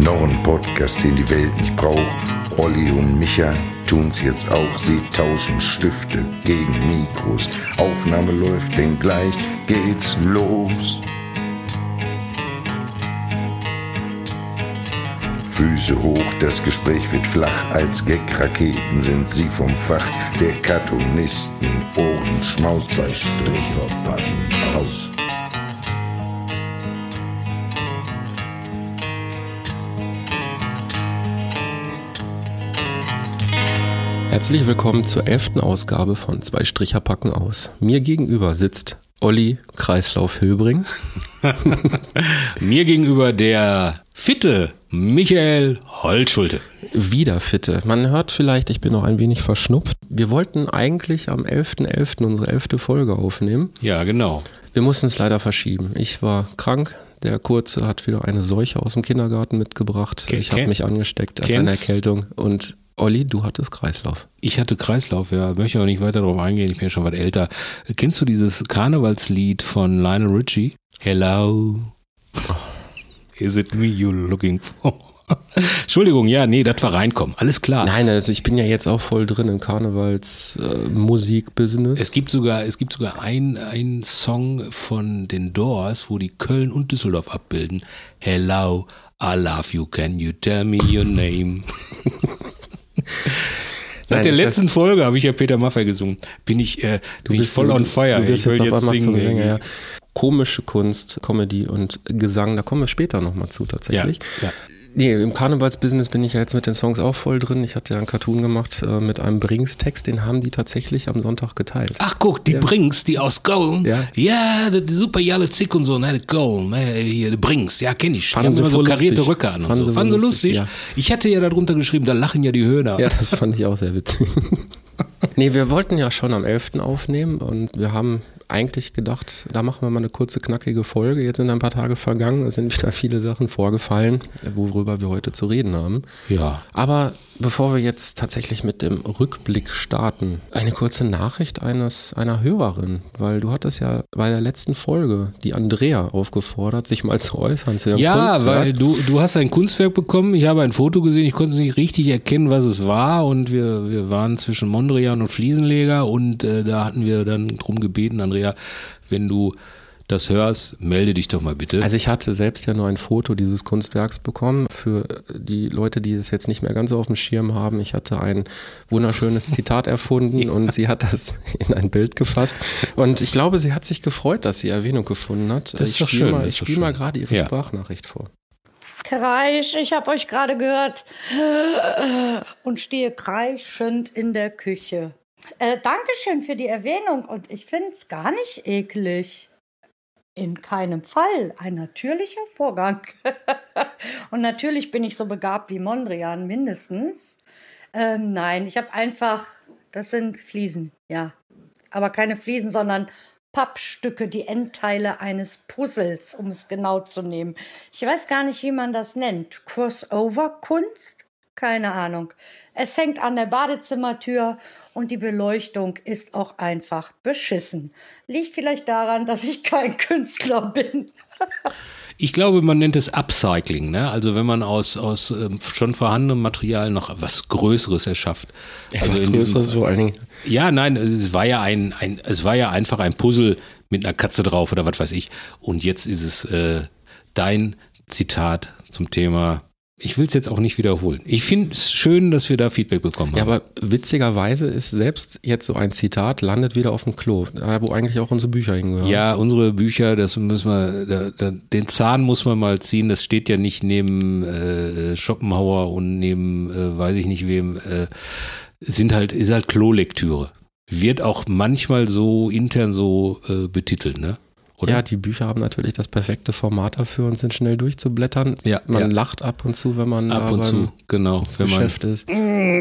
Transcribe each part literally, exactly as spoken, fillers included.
Noch ein Podcast, den die Welt nicht braucht. Olli und Micha tun's jetzt auch. Sie tauschen Stifte gegen Mikros. Aufnahme läuft, denn gleich geht's los. Füße hoch, das Gespräch wird flach. Als Gag-Raketen sind sie vom Fach der Cartoonisten. Ohrenschmaus, zwei Stricher packen aus. Herzlich willkommen zur elften Ausgabe von Zwei Stricher packen aus. Mir gegenüber sitzt Olli Kreislauf-Hilbring. Mir gegenüber der fitte Michael Holtschulte. Wieder fitte. Man hört vielleicht, ich bin noch ein wenig verschnupft. Wir wollten eigentlich am elften elften unsere elfte Folge aufnehmen. Ja, genau. Wir mussten es leider verschieben. Ich war krank. Der Kurze hat wieder eine Seuche aus dem Kindergarten mitgebracht. Ke- ich habe mich angesteckt an einer Erkältung. Und Olli, du hattest Kreislauf. Ich hatte Kreislauf, ja. Möchte aber nicht weiter darauf eingehen. Ich bin ja schon was älter. Kennst du dieses Karnevalslied von Lionel Richie? Hello. Is it me you're looking for? Entschuldigung, ja, nee, das war reinkommen. Alles klar. Nein, also ich bin ja jetzt auch voll drin im Karnevals-Musik-Business. Äh, es gibt sogar, es gibt sogar einen, einen Song von den Doors, wo die Köln und Düsseldorf abbilden. Hello, I love you, can you tell me your name? Seit Nein, der letzten Folge habe ich ja Peter Maffay gesungen. Bin ich, äh, bin ich voll on fire. Du wirst ich jetzt will auf jetzt einmal zum singen. Sänger, ja. Komische Kunst, Comedy und Gesang, da kommen wir später nochmal zu tatsächlich. Ja, ja. Nee, im Karnevalsbusiness bin ich ja jetzt mit den Songs auch voll drin. Ich hatte ja einen Cartoon gemacht äh, mit einem Brings-Text, den haben die tatsächlich am Sonntag geteilt. Ach guck, die ja. Brings, die aus Köln. Ja, ja die, die super Jalle Zick und so, ne, Köln, ne, hier, die Brings, ja, kenne ich. Die haben immer so karierte lustig. Röcke an und Fanden so. sie Fanden sie lustig, lustig. Ja. Ich hatte ja darunter geschrieben, da lachen ja die Höhner. Ja, das fand ich auch sehr witzig. Nee, wir wollten ja schon am elften aufnehmen und wir haben eigentlich gedacht, da machen wir mal eine kurze, knackige Folge. Jetzt sind ein paar Tage vergangen, es sind wieder viele Sachen vorgefallen, worüber wir heute zu reden haben. Ja. Aber bevor wir jetzt tatsächlich mit dem Rückblick starten, eine kurze Nachricht eines einer Hörerin, weil du hattest ja bei der letzten Folge die Andrea aufgefordert, sich mal zu äußern zu ihrem Ja, Kunstwerk. weil du, du hast ein Kunstwerk bekommen, ich habe ein Foto gesehen, ich konnte es nicht richtig erkennen, was es war und wir, wir waren zwischen Mondrian und Fliesenleger und äh, da hatten wir dann drum gebeten, Andrea, wenn du das hörst, melde dich doch mal bitte. Also ich hatte selbst ja nur ein Foto dieses Kunstwerks bekommen. Für die Leute, die es jetzt nicht mehr ganz so auf dem Schirm haben, ich hatte ein wunderschönes Zitat erfunden ja. und sie hat das in ein Bild gefasst. Und ich glaube, sie hat sich gefreut, dass sie Erwähnung gefunden hat. Das ist ich doch schön. Mal, ich spiele mal gerade ihre ja. Sprachnachricht vor. Kreisch, ich habe euch gerade gehört und stehe kreischend in der Küche. Äh, Dankeschön für die Erwähnung und ich finde es gar nicht eklig. In keinem Fall. Ein natürlicher Vorgang. Und natürlich bin ich so begabt wie Mondrian, mindestens. Ähm, nein, ich habe einfach, das sind Fliesen, ja. Aber keine Fliesen, sondern Pappstücke, die Endteile eines Puzzles, um es genau zu nehmen. Ich weiß gar nicht, wie man das nennt. Crossover-Kunst? Keine Ahnung. Es hängt an der Badezimmertür und die Beleuchtung ist auch einfach beschissen. Liegt vielleicht daran, dass ich kein Künstler bin. Ich glaube, man nennt es Upcycling, ne? Also wenn man aus, aus ähm, schon vorhandenem Material noch was Größeres erschafft. Etwas also Größeres vor allen Dingen. Ja, nein, es war ja ein, ein, es war ja einfach ein Puzzle mit einer Katze drauf oder was weiß ich. Und jetzt ist es äh, dein Zitat zum Thema. Ich will es jetzt auch nicht wiederholen. Ich finde es schön, dass wir da Feedback bekommen haben. Ja, aber witzigerweise ist selbst jetzt so ein Zitat, landet wieder auf dem Klo, wo eigentlich auch unsere Bücher hingehören. Ja, unsere Bücher, das müssen wir, da, da, den Zahn muss man mal ziehen, das steht ja nicht neben äh, Schopenhauer und neben, äh, weiß ich nicht wem, äh, sind halt, ist halt Klolektüre. Wird auch manchmal so intern so äh, betitelt, ne? Oder? Ja, die Bücher haben natürlich das perfekte Format dafür und sind schnell durchzublättern. Ja, man ja. lacht ab und zu, wenn man ab und zu, genau, wenn Geschäft man ist.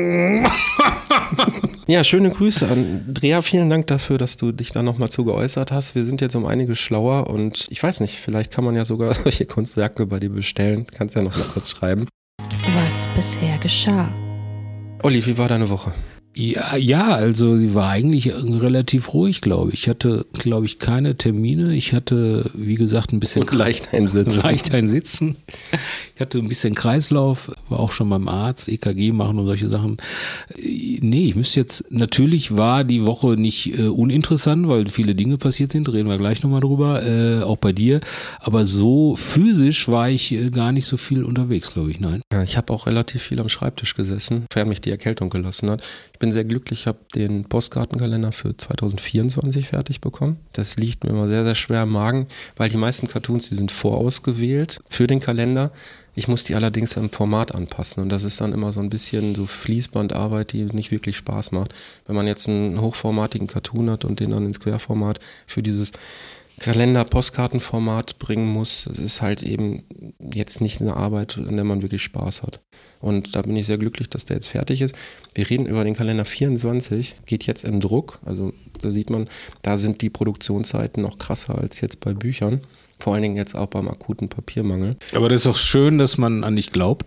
Ja, schöne Grüße, Andrea. Vielen Dank dafür, dass du dich da nochmal zu geäußert hast. Wir sind jetzt um einiges schlauer und ich weiß nicht, vielleicht kann man ja sogar solche Kunstwerke bei dir bestellen. Kannst ja noch mal kurz schreiben. Was bisher geschah. Olli, wie war deine Woche? Ja, ja, also sie war eigentlich relativ ruhig, glaube ich. Ich hatte, glaube ich, keine Termine. Ich hatte, wie gesagt, ein bisschen Und leicht ein Sitzen. Leicht ein Sitzen. Ich hatte ein bisschen Kreislauf, war auch schon beim Arzt, E K G machen und solche Sachen. Nee, ich müsste jetzt, natürlich war die Woche nicht äh, uninteressant, weil viele Dinge passiert sind, reden wir gleich nochmal drüber, äh, auch bei dir. Aber so physisch war ich äh, gar nicht so viel unterwegs, glaube ich, nein. Ja, ich habe auch relativ viel am Schreibtisch gesessen, wer mich die Erkältung gelassen hat. Ich bin sehr glücklich, ich habe den Postkartenkalender für zwanzig vierundzwanzig fertig bekommen. Das liegt mir immer sehr, sehr schwer im Magen, weil die meisten Cartoons, die sind vorausgewählt für den Kalender. Ich muss die allerdings im Format anpassen und das ist dann immer so ein bisschen so Fließbandarbeit, die nicht wirklich Spaß macht. Wenn man jetzt einen hochformatigen Cartoon hat und den dann ins Querformat für dieses Kalender-Postkartenformat bringen muss, das ist halt eben jetzt nicht eine Arbeit, an der man wirklich Spaß hat. Und da bin ich sehr glücklich, dass der jetzt fertig ist. Wir reden über den Kalender vierundzwanzig, geht jetzt in Druck. Also da sieht man, da sind die Produktionszeiten noch krasser als jetzt bei Büchern. Vor allen Dingen jetzt auch beim akuten Papiermangel. Aber das ist doch schön, dass man an dich glaubt.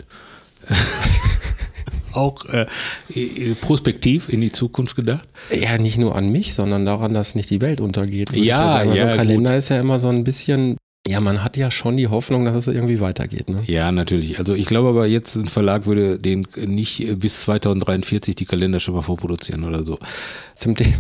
Auch äh, prospektiv in die Zukunft gedacht. Ja, nicht nur an mich, sondern daran, dass nicht die Welt untergeht. Ja, ja, sagen. Also ja, so ein Kalender gut. ist ja immer so ein bisschen, ja, man hat ja schon die Hoffnung, dass es irgendwie weitergeht. Ne? Ja, natürlich. Also ich glaube aber jetzt, ein Verlag würde den nicht bis zweitausenddreiundvierzig die Kalender schon mal vorproduzieren oder so. Zum Thema,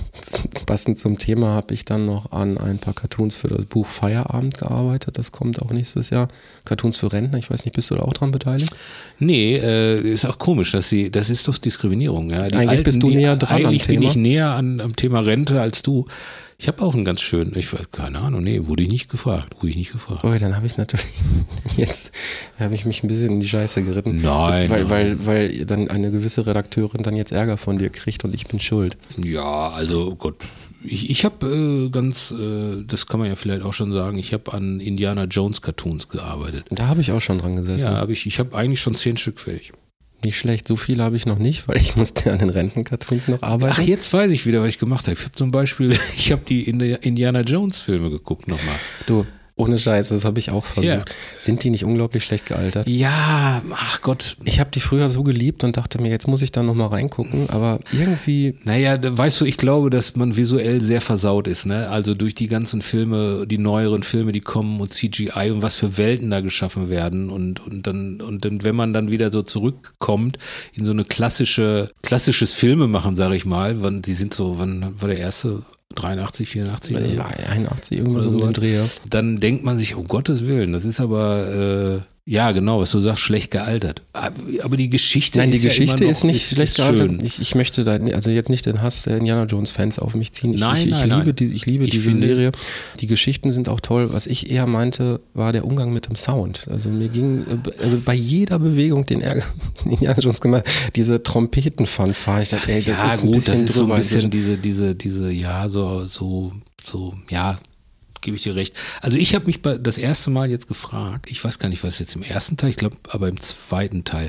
passend zum Thema habe ich dann noch an ein paar Cartoons für das Buch Feierabend gearbeitet. Das kommt auch nächstes Jahr. Cartoons für Rentner, ich weiß nicht, bist du da auch dran beteiligt? Nee, äh, ist auch komisch, dass sie, das ist doch Diskriminierung. Ja. Die eigentlich Alten, bist du die, näher dran Eigentlich am bin Thema. ich näher an, am Thema Rente als du. Ich habe auch einen ganz schönen, ich weiß, keine Ahnung, nee, wurde ich nicht gefragt, wurde ich nicht gefragt. Okay, dann habe ich natürlich, jetzt habe ich mich ein bisschen in die Scheiße geritten. Nein, Weil, nein. weil, weil dann eine gewisse Redakteurin dann jetzt Ärger von dir kriegt und ich bin schuld. Ja, also Gott, ich, ich habe äh, ganz, äh, das kann man ja vielleicht auch schon sagen, ich habe an Indiana Jones Cartoons gearbeitet. Da habe ich auch schon dran gesessen. Ja, habe ich, ich habe eigentlich schon zehn Stück fertig. Nicht schlecht, so viel habe ich noch nicht, weil ich musste an den Rentencartoons noch arbeiten. Ach, jetzt weiß ich wieder, was ich gemacht habe. Ich habe zum Beispiel, ich habe die Indiana Jones Filme geguckt nochmal. Du, ohne Scheiß, das habe ich auch versucht. Ja. Sind die nicht unglaublich schlecht gealtert? Ja, ach Gott. Ich habe die früher so geliebt und dachte mir, jetzt muss ich da nochmal reingucken, aber irgendwie... Naja, da, weißt du, ich glaube, dass man visuell sehr versaut ist, ne? Also durch die ganzen Filme, die neueren Filme, die kommen und C G I und was für Welten da geschaffen werden und, und dann, und dann, wenn man dann wieder so zurückkommt in so eine klassische, klassisches Filme machen, sage ich mal, wann, die sind so, wann war der erste? dreiundachtzig, vierundachtzig? Ja, einundachtzig, irgendwas oder so so. im Dreh. Dann denkt man sich, um Gottes Willen, das ist aber, äh, ja genau, was du sagst, schlecht gealtert. Aber die Geschichte Nein, die ist ja Geschichte immer noch, ist nicht ist, schlecht ist gealtert. schön. Ich, ich möchte da, also jetzt nicht den Hass der Indiana Jones Fans auf mich ziehen. Ich, Nein, ich, ich nein, liebe nein. die, ich liebe Ich diese finde- Serie. Die Geschichten sind auch toll. Was ich eher meinte, war der Umgang mit dem Sound. Also mir ging, also bei jeder Bewegung, den er Indiana Jones gemacht hat, diese Trompetenfanfare, ich dachte, ey, das ja, ist ein gut, bisschen das ist so ein drüber. bisschen diese, diese, diese, ja, so, so, so, ja, gebe ich dir recht. Also ich habe mich bei, das erste Mal jetzt gefragt, ich weiß gar nicht, was jetzt im ersten Teil, ich glaube, aber im zweiten Teil,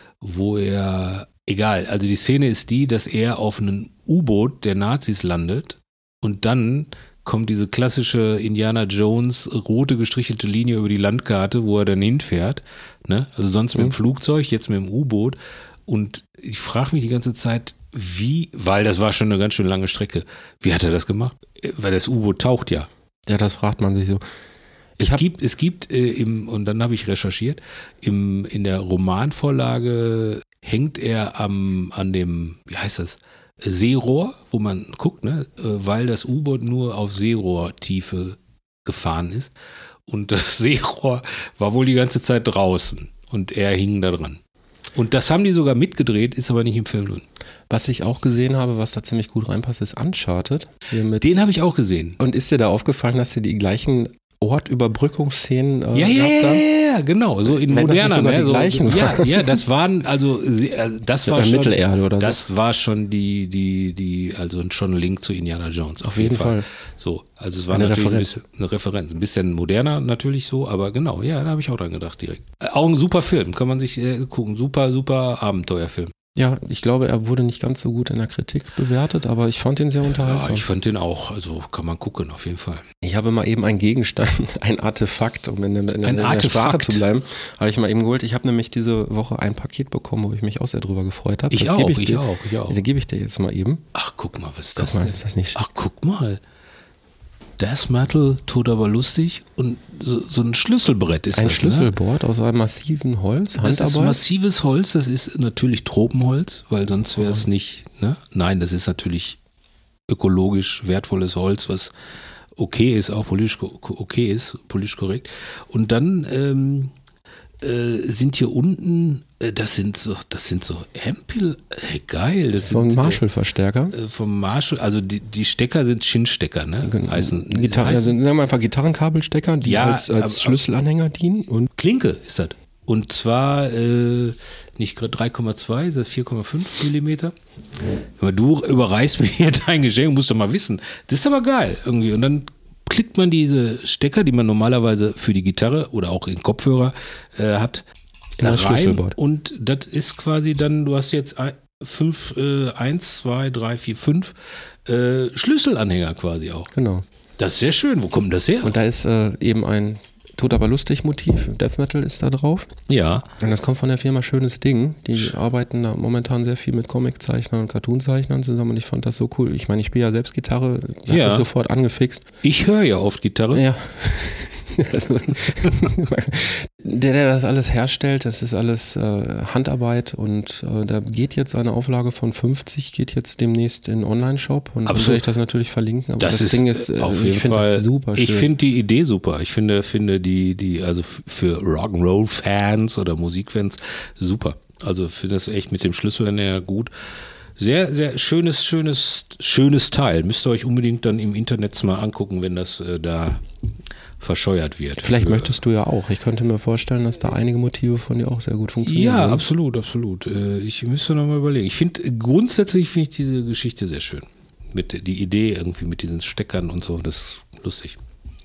wo er, egal, also die Szene ist die, dass er auf einem U-Boot der Nazis landet und dann kommt diese klassische Indiana Jones rote gestrichelte Linie über die Landkarte, wo er dann hinfährt, ne? Also sonst mit dem Flugzeug, jetzt mit dem U-Boot. Und ich frage mich die ganze Zeit, wie, weil das war schon eine ganz schön lange Strecke, wie hat er das gemacht? Weil das U-Boot taucht ja. Ja, das fragt man sich so. Ich Es hab, gibt, es gibt äh, im, und dann habe ich recherchiert, im, in der Romanvorlage hängt er am, an dem, wie heißt das, Seerohr, wo man guckt, ne, äh, weil das U-Boot nur auf Seerohrtiefe gefahren ist. Und das Seerohr war wohl die ganze Zeit draußen und er hing da dran. Und das haben die sogar mitgedreht, ist aber nicht im Film drin. was ich auch gesehen habe, was da ziemlich gut reinpasst, ist Uncharted. Hier mit Den habe ich auch gesehen. Und ist dir da aufgefallen, dass sie die gleichen Ortüberbrückungsszenen äh, Ja, ja, gehabt ja, haben? ja, genau, so in Wenn das nicht moderner, sogar ne, die so, gleichen ja, waren. ja, das waren also sehr- das war Ja, schon Mittelerde oder so. das war schon die die die also schon ein Link zu Indiana Jones auf, Auf jeden Fall. So, also es war Eine natürlich Referenz. ein bisschen eine Referenz, ein bisschen moderner natürlich so, aber genau, ja, da habe ich auch dran gedacht direkt. Äh, Auch ein super Film, kann man sich äh, gucken, super super Abenteuerfilm. Ja, ich glaube, er wurde nicht ganz so gut in der Kritik bewertet, aber ich fand ihn sehr Ja, unterhaltsam. ich fand den auch, also kann man gucken auf jeden Fall. Ich habe mal eben einen Gegenstand, ein Artefakt, um in, der- in, der- in der Sprache zu bleiben, habe ich mal eben geholt. Ich habe nämlich diese Woche ein Paket bekommen, wo ich mich auch sehr drüber gefreut habe. Ich Das auch, gebe ich dir, auch, ich auch. Da gebe ich dir jetzt mal eben. Ach, guck mal, was ist Guck das mal, denn? ist das nicht schön? Ach, guck mal. Death Metal, tot aber lustig und so, so ein Schlüsselbrett ist Ein das, Schlüsselboard aus einem massiven Holz, ne? Das ist Handarbeit. massives Holz, das ist natürlich Tropenholz, weil sonst wäre es nicht, ne? Nein, das ist natürlich ökologisch wertvolles Holz, was okay ist, auch politisch ko- okay ist, politisch korrekt. Und dann ähm, äh, sind hier unten, äh, das sind so, das sind so Ampel, äh, geil, das Von sind Marshall-Verstärker. äh, vom Marshall, also die, die Stecker sind Shin-Stecker, ne? Heißen, Gitarre, also heißen sagen wir einfach Gitarrenkabelstecker, die Ja, als, als aber- Schlüsselanhänger dienen. Und Klinke ist das. Und zwar äh, nicht drei Komma zwei, das ist vier Komma fünf Millimeter. Aber du überreichst mir hier dein Geschenk, musst du mal wissen. Das ist aber geil irgendwie. Und dann klickt man diese Stecker, die man normalerweise für die Gitarre oder auch in Kopfhörer äh, hat, In da das rein. Schlüsselbord. Und das ist quasi dann, du hast jetzt ein, fünf, äh, eins, zwei, drei, vier, fünf äh, Schlüsselanhänger quasi auch. genau. Das ist sehr schön. Wo kommt das her? Und da ist äh, eben ein Tot aber lustig Motiv. Death Metal ist da drauf. ja. Und das kommt von der Firma Schönes Ding. Die arbeiten da momentan sehr viel mit Comiczeichnern und Cartoonzeichnern zusammen. Und ich fand das so cool. Ich meine, ich spiele ja selbst Gitarre. Hat Ja. mich sofort angefixt. Ich höre ja oft Gitarre. Ja. Also, der, der das alles herstellt, das ist alles äh, Handarbeit und äh, da geht jetzt eine Auflage von fünfzig, geht jetzt demnächst in den Online-Shop und dann Absolut. werde ich das natürlich verlinken. Aber das, Das, ist Ding ist, äh, auf ich jeden finde Fall das super schön. Ich finde die Idee super. Ich finde, finde die, die, also f- für Rock'n'Roll-Fans oder Musikfans super. Also finde das echt mit dem Schlüsselanhänger gut. Sehr, sehr schönes, schönes, schönes Teil. Müsst ihr euch unbedingt dann im Internet mal angucken, wenn das äh, da verscheuert wird. Vielleicht Für- möchtest du ja auch. Ich könnte mir vorstellen, dass da einige Motive von dir auch sehr gut funktionieren. Ja, würden. absolut, absolut. Äh, Ich müsste noch mal überlegen. Ich finde, grundsätzlich finde ich diese Geschichte sehr schön. Mit die Idee irgendwie mit diesen Steckern und so, das ist lustig.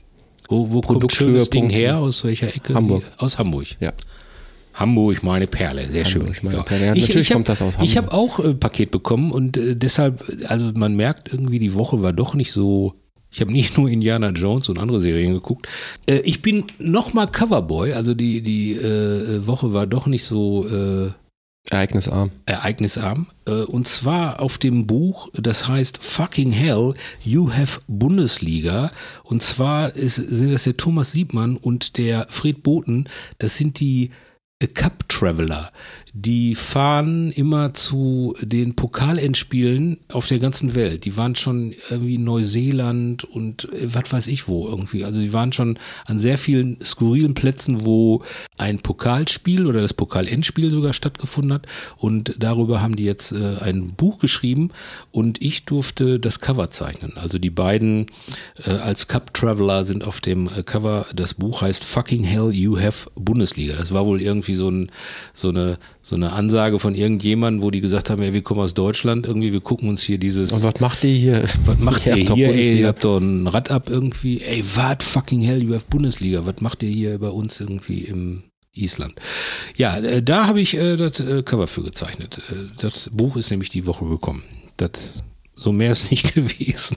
Wo, wo kommt Produkthöhepunkt schönes Ding her? Aus welcher Ecke? Hamburg. Aus Hamburg. Ja. Hamburg, meine Perle, sehr Hamburg, schön. meine Perle. Ja, natürlich hab, kommt das aus Ich Hamburg. habe auch ein Paket bekommen und äh, deshalb, also man merkt irgendwie, die Woche war doch nicht so. Ich habe nicht nur Indiana Jones und andere Serien geguckt. Äh, ich bin nochmal Coverboy, also die, die äh, Woche war doch nicht so äh, Ereignisarm. ereignisarm. Äh, und zwar auf dem Buch, das heißt Fucking Hell, You Have Bundesliga. Und zwar ist, sind das der Thomas Siebmann und der Fred Boten. Das sind die äh, Cup Traveler. Die fahren immer zu den Pokalendspielen auf der ganzen Welt. Die waren schon irgendwie in Neuseeland und äh, was weiß ich wo irgendwie. Also die waren schon an sehr vielen skurrilen Plätzen, wo ein Pokalspiel oder das Pokalendspiel sogar stattgefunden hat. Und darüber haben die jetzt äh, ein Buch geschrieben und ich durfte das Cover zeichnen. Also die beiden äh, als Cup Traveler sind auf dem äh, Cover. Das Buch heißt Fucking Hell, You Have Bundesliga. Das war wohl irgendwie so, ein, so eine so eine Ansage von irgendjemandem, wo die gesagt haben, ey, wir kommen aus Deutschland, irgendwie, wir gucken uns hier dieses, Und was macht ihr hier? was macht ihr habt doch hier, ey, Bundesliga. ihr habt doch ein Rad ab irgendwie, ey, what fucking hell, you have Bundesliga, was macht ihr hier bei uns irgendwie im Island? Ja, äh, da habe ich äh, das äh, Cover für gezeichnet. Äh, das Buch ist nämlich die Woche gekommen. Das, so mehr ist nicht gewesen.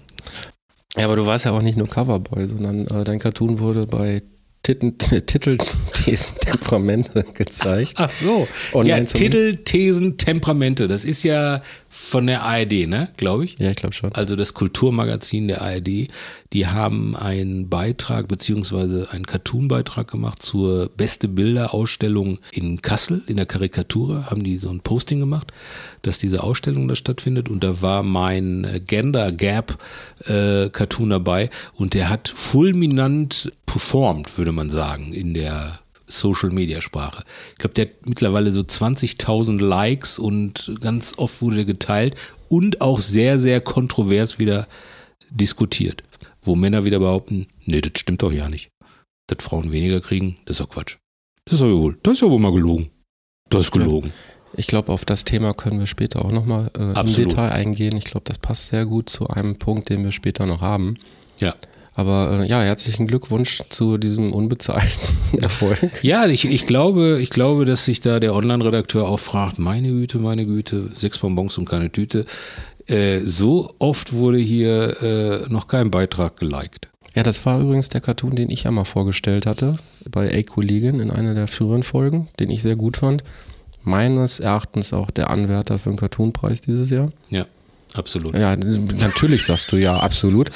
Ja, aber du warst ja auch nicht nur Coverboy, sondern äh, dein Cartoon wurde bei Titten, Titel, Thesen, Temperamente gezeigt. Ach so. Online Ja, zum- Titel, Thesen, Temperamente. Das ist ja von der A R D, ne? Glaube ich. Ja, ich glaube schon. Also das Kulturmagazin der A R D, die haben einen Beitrag beziehungsweise einen Cartoon-Beitrag gemacht zur Beste Bilder-Ausstellung in Kassel, in der Karikatur, haben die so ein Posting gemacht, dass diese Ausstellung da stattfindet und da war mein Gender Gap äh, Cartoon dabei und der hat fulminant performt, würde man sagen, in der Social-Media-Sprache. Ich glaube, der hat mittlerweile so zwanzigtausend Likes und ganz oft wurde der geteilt und auch sehr, sehr kontrovers wieder diskutiert. Wo Männer wieder behaupten, nee, das stimmt doch ja nicht. Dass Frauen weniger kriegen, das ist doch Quatsch. Das ist doch wohl, das ist ja wohl mal gelogen. Das ist gelogen. Ich glaube, auf das Thema können wir später auch nochmal äh, im Absolut. Detail eingehen. Ich glaube, das passt sehr gut zu einem Punkt, den wir später noch haben. Ja. Aber äh, ja, herzlichen Glückwunsch zu diesem unbezahlten Erfolg. Ja, ich, ich glaube, ich glaube, dass sich da der Online-Redakteur auch fragt, meine Güte, meine Güte, sechs Bonbons und keine Tüte. Äh, so oft wurde hier äh, noch kein Beitrag geliked. Ja, das war übrigens der Cartoon, den ich ja mal vorgestellt hatte, bei A-Kollegin in einer der früheren Folgen, den ich sehr gut fand. Meines Erachtens auch der Anwärter für den Cartoonpreis dieses Jahr. Ja, absolut. Ja, natürlich sagst du ja, absolut.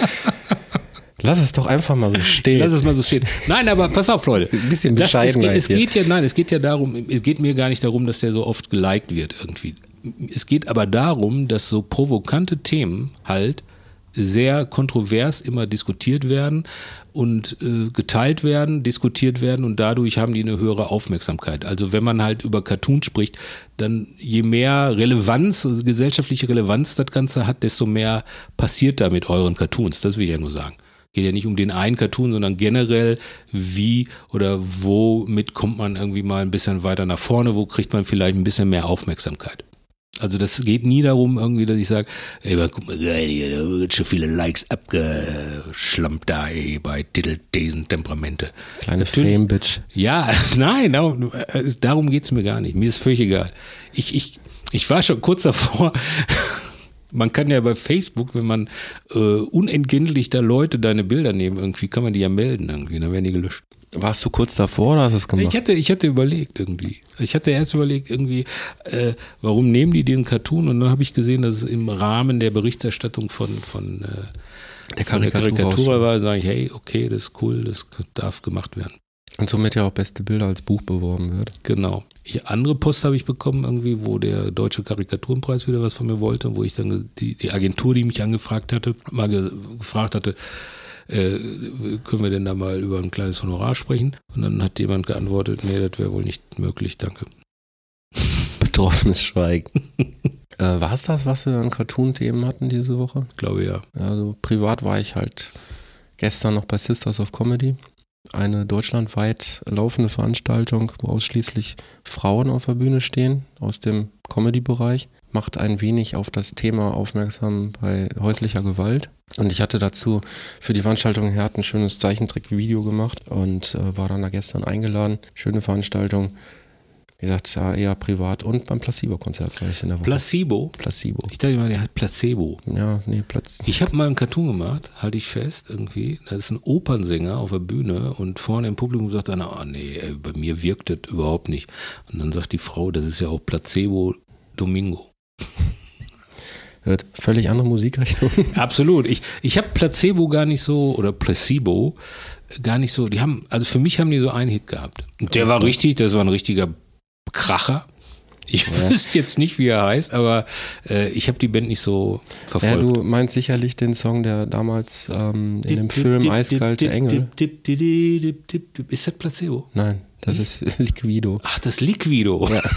Lass es doch einfach mal so stehen. Lass es mal so stehen. Nein, aber pass auf, Leute. Ein bisschen das, es, Bescheidenheit es hier. geht ja, nein, es geht ja darum, es geht mir gar nicht darum, dass der so oft geliked wird irgendwie. Es geht aber darum, dass so provokante Themen halt sehr kontrovers immer diskutiert werden und äh, geteilt werden, diskutiert werden und dadurch haben die eine höhere Aufmerksamkeit. Also wenn man halt über Cartoon spricht, dann je mehr Relevanz, also gesellschaftliche Relevanz das Ganze hat, desto mehr passiert da mit euren Cartoons. Das will ich ja nur sagen. Geht ja nicht um den einen Cartoon, sondern generell wie oder womit kommt man irgendwie mal ein bisschen weiter nach vorne, wo kriegt man vielleicht ein bisschen mehr Aufmerksamkeit. Also das geht nie darum irgendwie, dass ich sage, ey, guck mal, geil, hier, da wird schon viele Likes abgeschlampt da, ey, bei Titelthesen, Temperamente. Kleine Natürlich- Fame-Bitch. Ja, nein, darum, es- darum geht's mir gar nicht. Mir ist völlig egal. Ich, ich, ich war schon kurz davor, man kann ja bei Facebook, wenn man äh, unentgeltlich da Leute deine Bilder nehmen, irgendwie kann man die ja melden irgendwie, dann werden die gelöscht. Warst du kurz davor oder hast du es gemacht? Ich hatte, ich hatte überlegt irgendwie. Ich hatte erst überlegt irgendwie, äh, warum nehmen die den Cartoon? Und dann habe ich gesehen, dass es im Rahmen der Berichterstattung von, von, äh, Der von der Karikatur Karikatur war, sage ich, hey, okay, das ist cool, das darf gemacht werden. Und somit ja auch beste Bilder als Buch beworben wird. Genau. Ich, andere Post habe ich bekommen irgendwie, wo der Deutsche Karikaturenpreis wieder was von mir wollte, wo ich dann ge- die, die Agentur, die mich angefragt hatte, mal ge, gefragt hatte, äh, können wir denn da mal über ein kleines Honorar sprechen? Und dann hat jemand geantwortet, nee, das wäre wohl nicht möglich, danke. Betroffenes Schweigen. äh, war es das, was wir an Cartoon-Themen hatten diese Woche? Ich glaube ja. Also privat war ich halt gestern noch bei Sisters of Comedy. Eine deutschlandweit laufende Veranstaltung, wo ausschließlich Frauen auf der Bühne stehen, aus dem Comedy-Bereich. Macht ein wenig auf das Thema aufmerksam bei häuslicher Gewalt. Und ich hatte dazu für die Veranstaltung her ein schönes Zeichentrick-Video gemacht und äh, war dann da gestern eingeladen. Schöne Veranstaltung. Wie gesagt, ja, eher privat. Und beim Placebo-Konzert war ich in der Woche. Placebo? Placebo. Ich dachte immer, der hat Placebo. Ja, nee, Platz. Ich habe mal einen Cartoon gemacht, halte ich fest irgendwie. Das ist ein Opernsänger auf der Bühne und vorne im Publikum sagt einer, oh nee, ey, bei mir wirkt das überhaupt nicht. Und dann sagt die Frau, das ist ja auch Placebo Domingo. Hört völlig andere Musikrichtung. Absolut. Ich, ich habe Placebo gar nicht so, oder Placebo gar nicht so, die haben, also für mich haben die so einen Hit gehabt. Und der war richtig, das war ein richtiger Kracher. Ich Ja. wüsste jetzt nicht, wie er heißt, aber äh, ich habe die Band nicht so Ja, verfolgt. du meinst sicherlich den Song, der damals ähm, in dem Film Eiskalte Engel. Ist das Placebo? Nein, das ist Liquido. Ach, das Liquido. Ja.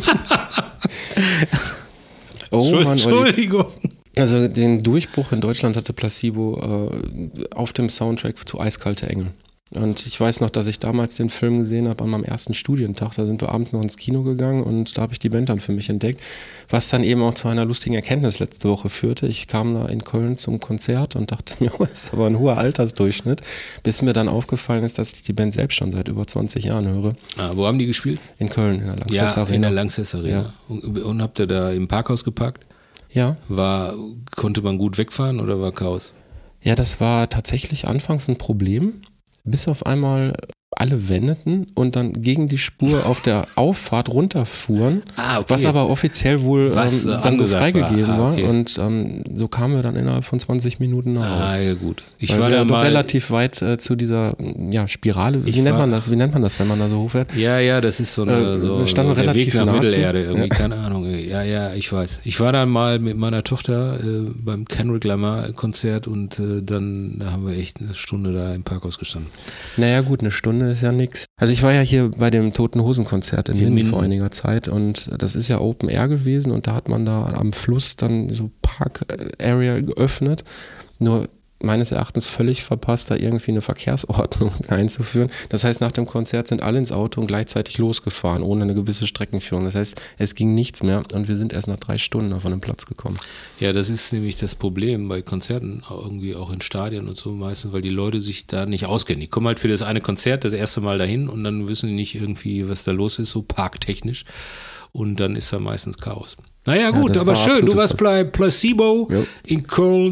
Oh Mann, Olli. Entschuldigung. Also den Durchbruch in Deutschland hatte Placebo äh, auf dem Soundtrack zu Eiskalte Engel. Und ich weiß noch, dass ich damals den Film gesehen habe an meinem ersten Studientag. Da sind wir abends noch ins Kino gegangen und da habe ich die Band dann für mich entdeckt. Was dann eben auch zu einer lustigen Erkenntnis letzte Woche führte. Ich kam da in Köln zum Konzert und dachte mir, oh, das ist aber ein hoher Altersdurchschnitt. Bis mir dann aufgefallen ist, dass ich die Band selbst schon seit über zwanzig Jahren höre. Ah, wo haben die gespielt? In Köln, in der Lanxess Ja, Arena. in der Lanxess Arena. Ja. Und, und habt ihr da im Parkhaus geparkt? Ja. War, konnte man gut wegfahren oder war Chaos? Ja, das war tatsächlich anfangs ein Problem, bis auf einmal alle wendeten und dann gegen die Spur auf der Auffahrt runterfuhren, Ah, okay. was aber offiziell wohl Was, ähm, äh, dann so angesagt freigegeben war. war. Ah, okay. Und ähm, so kamen wir dann innerhalb von zwanzig Minuten nach Hause. Ah, ja gut. Ich Weil war wir da doch mal relativ weit äh, zu dieser ja, Spirale, wie Ich nennt war- man das? Wie nennt man das, wenn man da so hochfährt? Ja, ja, das ist so eine, Äh, so, wir standen so der relativ Weg nach nah zu. Mittelerde irgendwie, Ja. keine Ahnung. Ja, ja, ich weiß. Ich war dann mal mit meiner Tochter äh, beim Kendrick Lamar Konzert und äh, dann da haben wir echt eine Stunde da im Parkhaus gestanden. Naja gut, eine Stunde ist ja nix. Also ich war ja hier bei dem Toten Hosen Konzert in In Minden Minden. vor einiger Zeit und das ist ja Open Air gewesen und da hat man da am Fluss dann so Park Area geöffnet. Nur meines Erachtens völlig verpasst, da irgendwie eine Verkehrsordnung einzuführen. Das heißt, nach dem Konzert sind alle ins Auto und gleichzeitig losgefahren, ohne eine gewisse Streckenführung. Das heißt, es ging nichts mehr und wir sind erst nach drei Stunden auf einen Platz gekommen. Ja, das ist nämlich das Problem bei Konzerten, auch irgendwie auch in Stadien und so meistens, weil die Leute sich da nicht auskennen. Die kommen halt für das eine Konzert das erste Mal dahin und dann wissen die nicht irgendwie, was da los ist, so parktechnisch. Und dann ist da meistens Chaos. Naja gut, das aber war schön, du absolutes warst bei Placebo Jo. in Köln.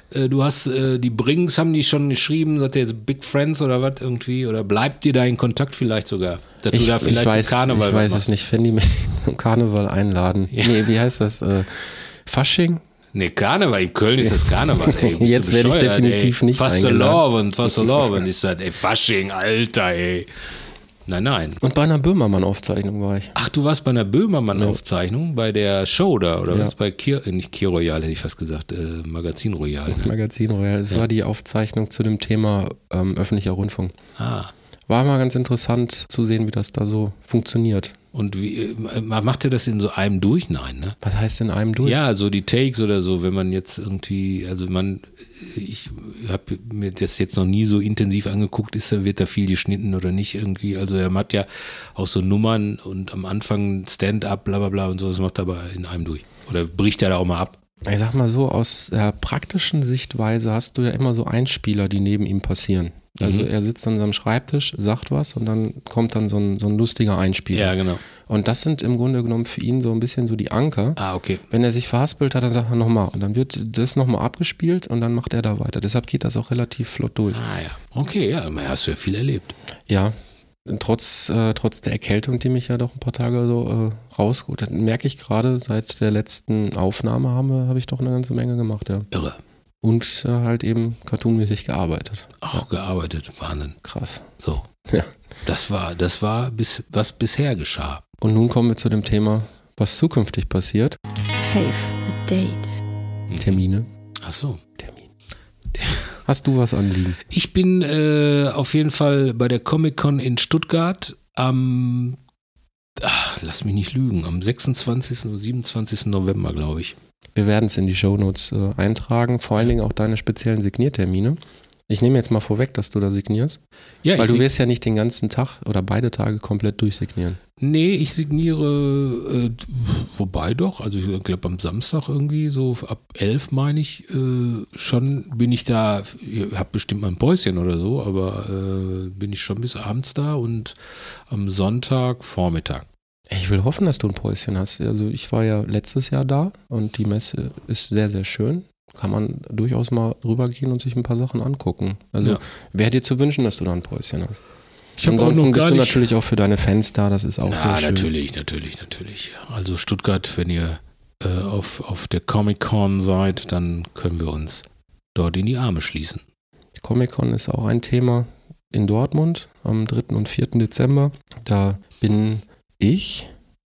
Äh, du hast, äh, die Brings haben die schon geschrieben, seid ihr jetzt Big Friends oder was irgendwie? Oder bleibt ihr da in Kontakt vielleicht sogar? Dass Ich, du da vielleicht ich weiß, Karneval ich weiß was es nicht, wenn die mich zum Karneval einladen. Ja. Nee, wie heißt das? Äh, Fasching? Nee, Karneval, in Köln ist das Karneval, ey. Bist Jetzt du werde ich bescheuert, definitiv ey. nicht Fastelovend, Fastelovend ist das, ey, Fasching, Alter, ey. Nein, nein. Und bei einer Böhmermann-Aufzeichnung war ich. Ach, du warst bei einer Böhmermann-Aufzeichnung, bei der Show da, oder Ja. was? Bei Kier, äh, nicht Kier Royal, hätte ich fast gesagt, äh, Magazin Royal. Ne? Magazin Royal. Es Ja. war die Aufzeichnung zu dem Thema ähm, öffentlicher Rundfunk. Ah. War mal ganz interessant zu sehen, wie das da so funktioniert. Und wie, äh, macht ihr das in so einem durch? Nein, ne? Was heißt in einem durch? Ja, so die Takes oder so, wenn man jetzt irgendwie, also man, ich habe mir das jetzt noch nie so intensiv angeguckt, ist da, wird da viel geschnitten oder nicht irgendwie. Also er hat ja auch so Nummern und am Anfang Stand-up, bla bla bla und so, das macht er aber in einem durch. Oder bricht er da auch mal ab? Ich sag mal so, aus der praktischen Sichtweise hast du ja immer so Einspieler, die neben ihm passieren. Also Mhm. er sitzt an seinem Schreibtisch, sagt was und dann kommt dann so ein, so ein lustiger Einspieler. Ja, genau. Und das sind im Grunde genommen für ihn so ein bisschen so die Anker. Ah, okay. Wenn er sich verhaspelt hat, dann sagt er nochmal. Und dann wird das nochmal abgespielt und dann macht er da weiter. Deshalb geht das auch relativ flott durch. Ah ja, okay, ja, aber hast du ja viel erlebt. Ja, trotz, äh, trotz der Erkältung, die mich ja doch ein paar Tage so äh, rausgeholt hat, merke ich gerade, seit der letzten Aufnahme habe, habe ich doch eine ganze Menge gemacht, ja. Irre. Und äh, halt eben cartoonmäßig gearbeitet. Auch gearbeitet, Wahnsinn. Krass. So. Ja. Das war, das war bis, was bisher geschah. Und nun kommen wir zu dem Thema, was zukünftig passiert. Save the date. Termine. Ach so. Termin. Hast du was anliegen? Ich bin äh, auf jeden Fall bei der Comic-Con in Stuttgart am, ach, lass mich nicht lügen, am sechsundzwanzigsten oder siebenundzwanzigsten November, glaube ich. Wir werden es in die Shownotes äh, eintragen, vor allen Dingen auch deine speziellen Signiertermine. Ich nehme jetzt mal vorweg, dass du da signierst, Ja, weil ich du sig- wirst ja nicht den ganzen Tag oder beide Tage komplett durchsignieren. Nee, ich signiere, äh, wobei doch, also ich glaube am Samstag irgendwie, so ab elf meine ich, äh, schon bin ich da, ich habe bestimmt mal ein Päuschen oder so, aber äh, bin ich schon bis abends da und am Sonntag Vormittag. Ich will hoffen, dass du ein Päuschen hast. Also ich war ja letztes Jahr da und die Messe ist sehr, sehr schön. Kann man durchaus mal rübergehen und sich ein paar Sachen angucken. Also Ja. wäre dir zu wünschen, dass du da ein Päuschen hast. Ich hab auch Ansonsten noch bist gar du nicht- natürlich auch für deine Fans da, das ist auch sehr Ja, schön. natürlich, natürlich, natürlich. Also Stuttgart, wenn ihr äh, auf, auf der Comic-Con seid, dann können wir uns dort in die Arme schließen. Comic-Con ist auch ein Thema in Dortmund am dritten und vierten Dezember. Da bin ich.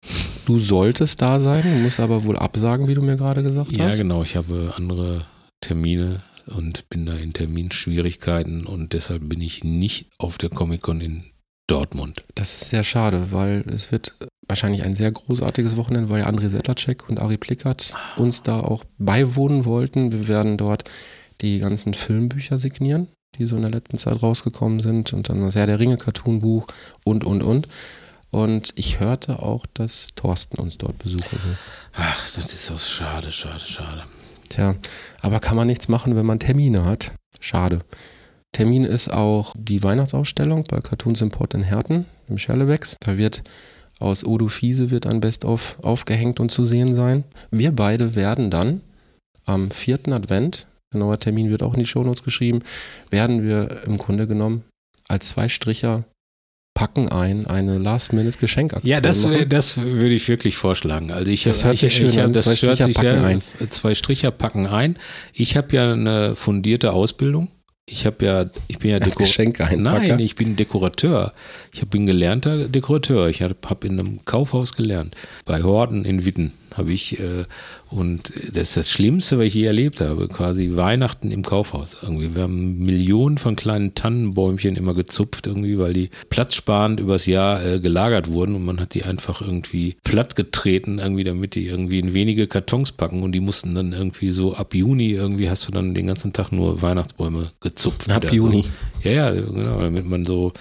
Du solltest da sein, du musst aber wohl absagen, wie du mir gerade gesagt Ja, hast. genau. Ich habe andere Termine und bin da in Terminschwierigkeiten und deshalb bin ich nicht auf der Comic-Con in Dortmund. Das ist sehr schade, weil es wird wahrscheinlich ein sehr großartiges Wochenende, weil André Sedlacek und Ari Plickert uns da auch beiwohnen wollten. Wir werden dort die ganzen Filmbücher signieren, die so in der letzten Zeit rausgekommen sind und dann das Herr der Ringe Cartoonbuch und, und, und. Und ich hörte auch, dass Thorsten uns dort besuchen will. Ach, das ist so schade, schade, schade. Tja, aber kann man nichts machen, wenn man Termine hat. Schade. Termin ist auch die Weihnachtsausstellung bei Cartoons Import in Herten im Scherlebecks. Da wird aus Odo Fiese wird ein Best-of aufgehängt und zu sehen sein. Wir beide werden dann am vierten Advent, genauer Termin wird auch in die Shownotes geschrieben, werden wir im Grunde genommen als zwei Stricher packen ein, eine Last-Minute-Geschenkaktion Ja, das, machen. das würde ich wirklich vorschlagen. Also ich, Das hört ich, sich schön ich, ich an. hab, das Zwei hört Stricher sich packen ja, ein. zwei Stricher packen ein. Ich habe ja eine fundierte Ausbildung. Ich habe ja, ich bin ja Als Deko- Geschenkeeinpacker? Nein, ich bin Dekorateur. Ich bin gelernter Dekorateur. Ich habe hab in einem Kaufhaus gelernt. Bei Horten in Witten habe ich, äh, und das ist das Schlimmste, was ich je erlebt habe, quasi Weihnachten im Kaufhaus. Irgendwie. Wir haben Millionen von kleinen Tannenbäumchen immer gezupft, irgendwie, weil die platzsparend übers Jahr äh, gelagert wurden und man hat die einfach irgendwie plattgetreten, irgendwie, damit die irgendwie in wenige Kartons packen und die mussten dann irgendwie so ab Juni irgendwie hast du dann den ganzen Tag nur Weihnachtsbäume gezupft. Ab wieder Juni. So. Ja, ja, genau, damit man so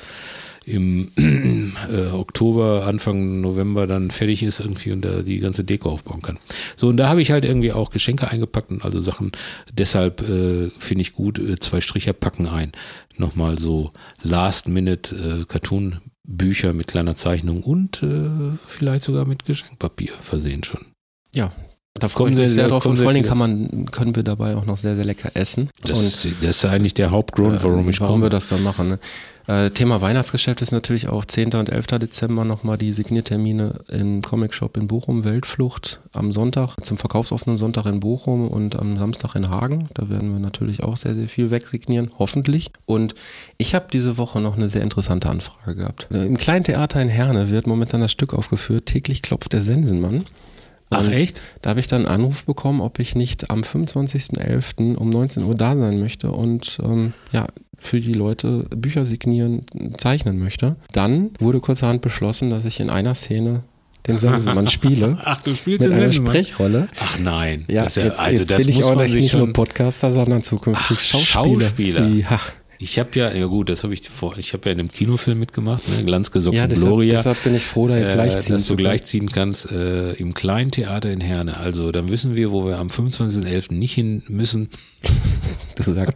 im äh, Oktober, Anfang November dann fertig ist irgendwie und da die ganze Deko aufbauen kann. So, und da habe ich halt irgendwie auch Geschenke eingepackt und also Sachen, deshalb äh, finde ich gut, äh, zwei Stricher packen ein. Nochmal so Last-Minute äh, Cartoon-Bücher mit kleiner Zeichnung und äh, vielleicht sogar mit Geschenkpapier versehen schon. Ja, Da freue ich mich sehr drauf und vor allen Dingen kann man, können wir dabei auch noch sehr, sehr lecker essen. Das, und, das ist eigentlich der Hauptgrund, warum ich warum komme. wir das dann machen. Ne? Äh, Thema Weihnachtsgeschäft ist natürlich auch zehnten und elften Dezember nochmal die Signiertermine im Comic Shop in Bochum, Weltflucht am Sonntag, zum verkaufsoffenen Sonntag in Bochum und am Samstag in Hagen. Da werden wir natürlich auch sehr, sehr viel wegsignieren, hoffentlich. Und ich habe diese Woche noch eine sehr interessante Anfrage gehabt. Also im kleinen Theater in Herne wird momentan das Stück aufgeführt, Täglich klopft der Sensenmann. Ach und echt? Da habe ich dann einen Anruf bekommen, ob ich nicht am fünfundzwanzigsten elften um neunzehn Uhr da sein möchte und ähm, ja, für die Leute Bücher signieren, zeichnen möchte. Dann wurde kurzerhand beschlossen, dass ich in einer Szene den Sensenmann spiele. Ach, du spielst mit den einer Sensenmann? Sprechrolle. Ach nein. Ja, das ist ja, jetzt, also jetzt das bin ich muss auch man nicht sich nur schon, Podcaster, sondern zukünftig Ach, Schauspieler. Schauspieler. Ja. Ich habe ja, ja gut, das habe ich vor, ich habe ja in einem Kinofilm mitgemacht, ne, Glanzgesucht Ja, und deshalb, Gloria. deshalb bin ich froh, da jetzt äh, gleich ziehen dass zu du können. gleich ziehen kannst äh, im kleinen Theater in Herne. Also dann wissen wir, wo wir am fünfundzwanzigsten elften nicht hin müssen. Du sagst,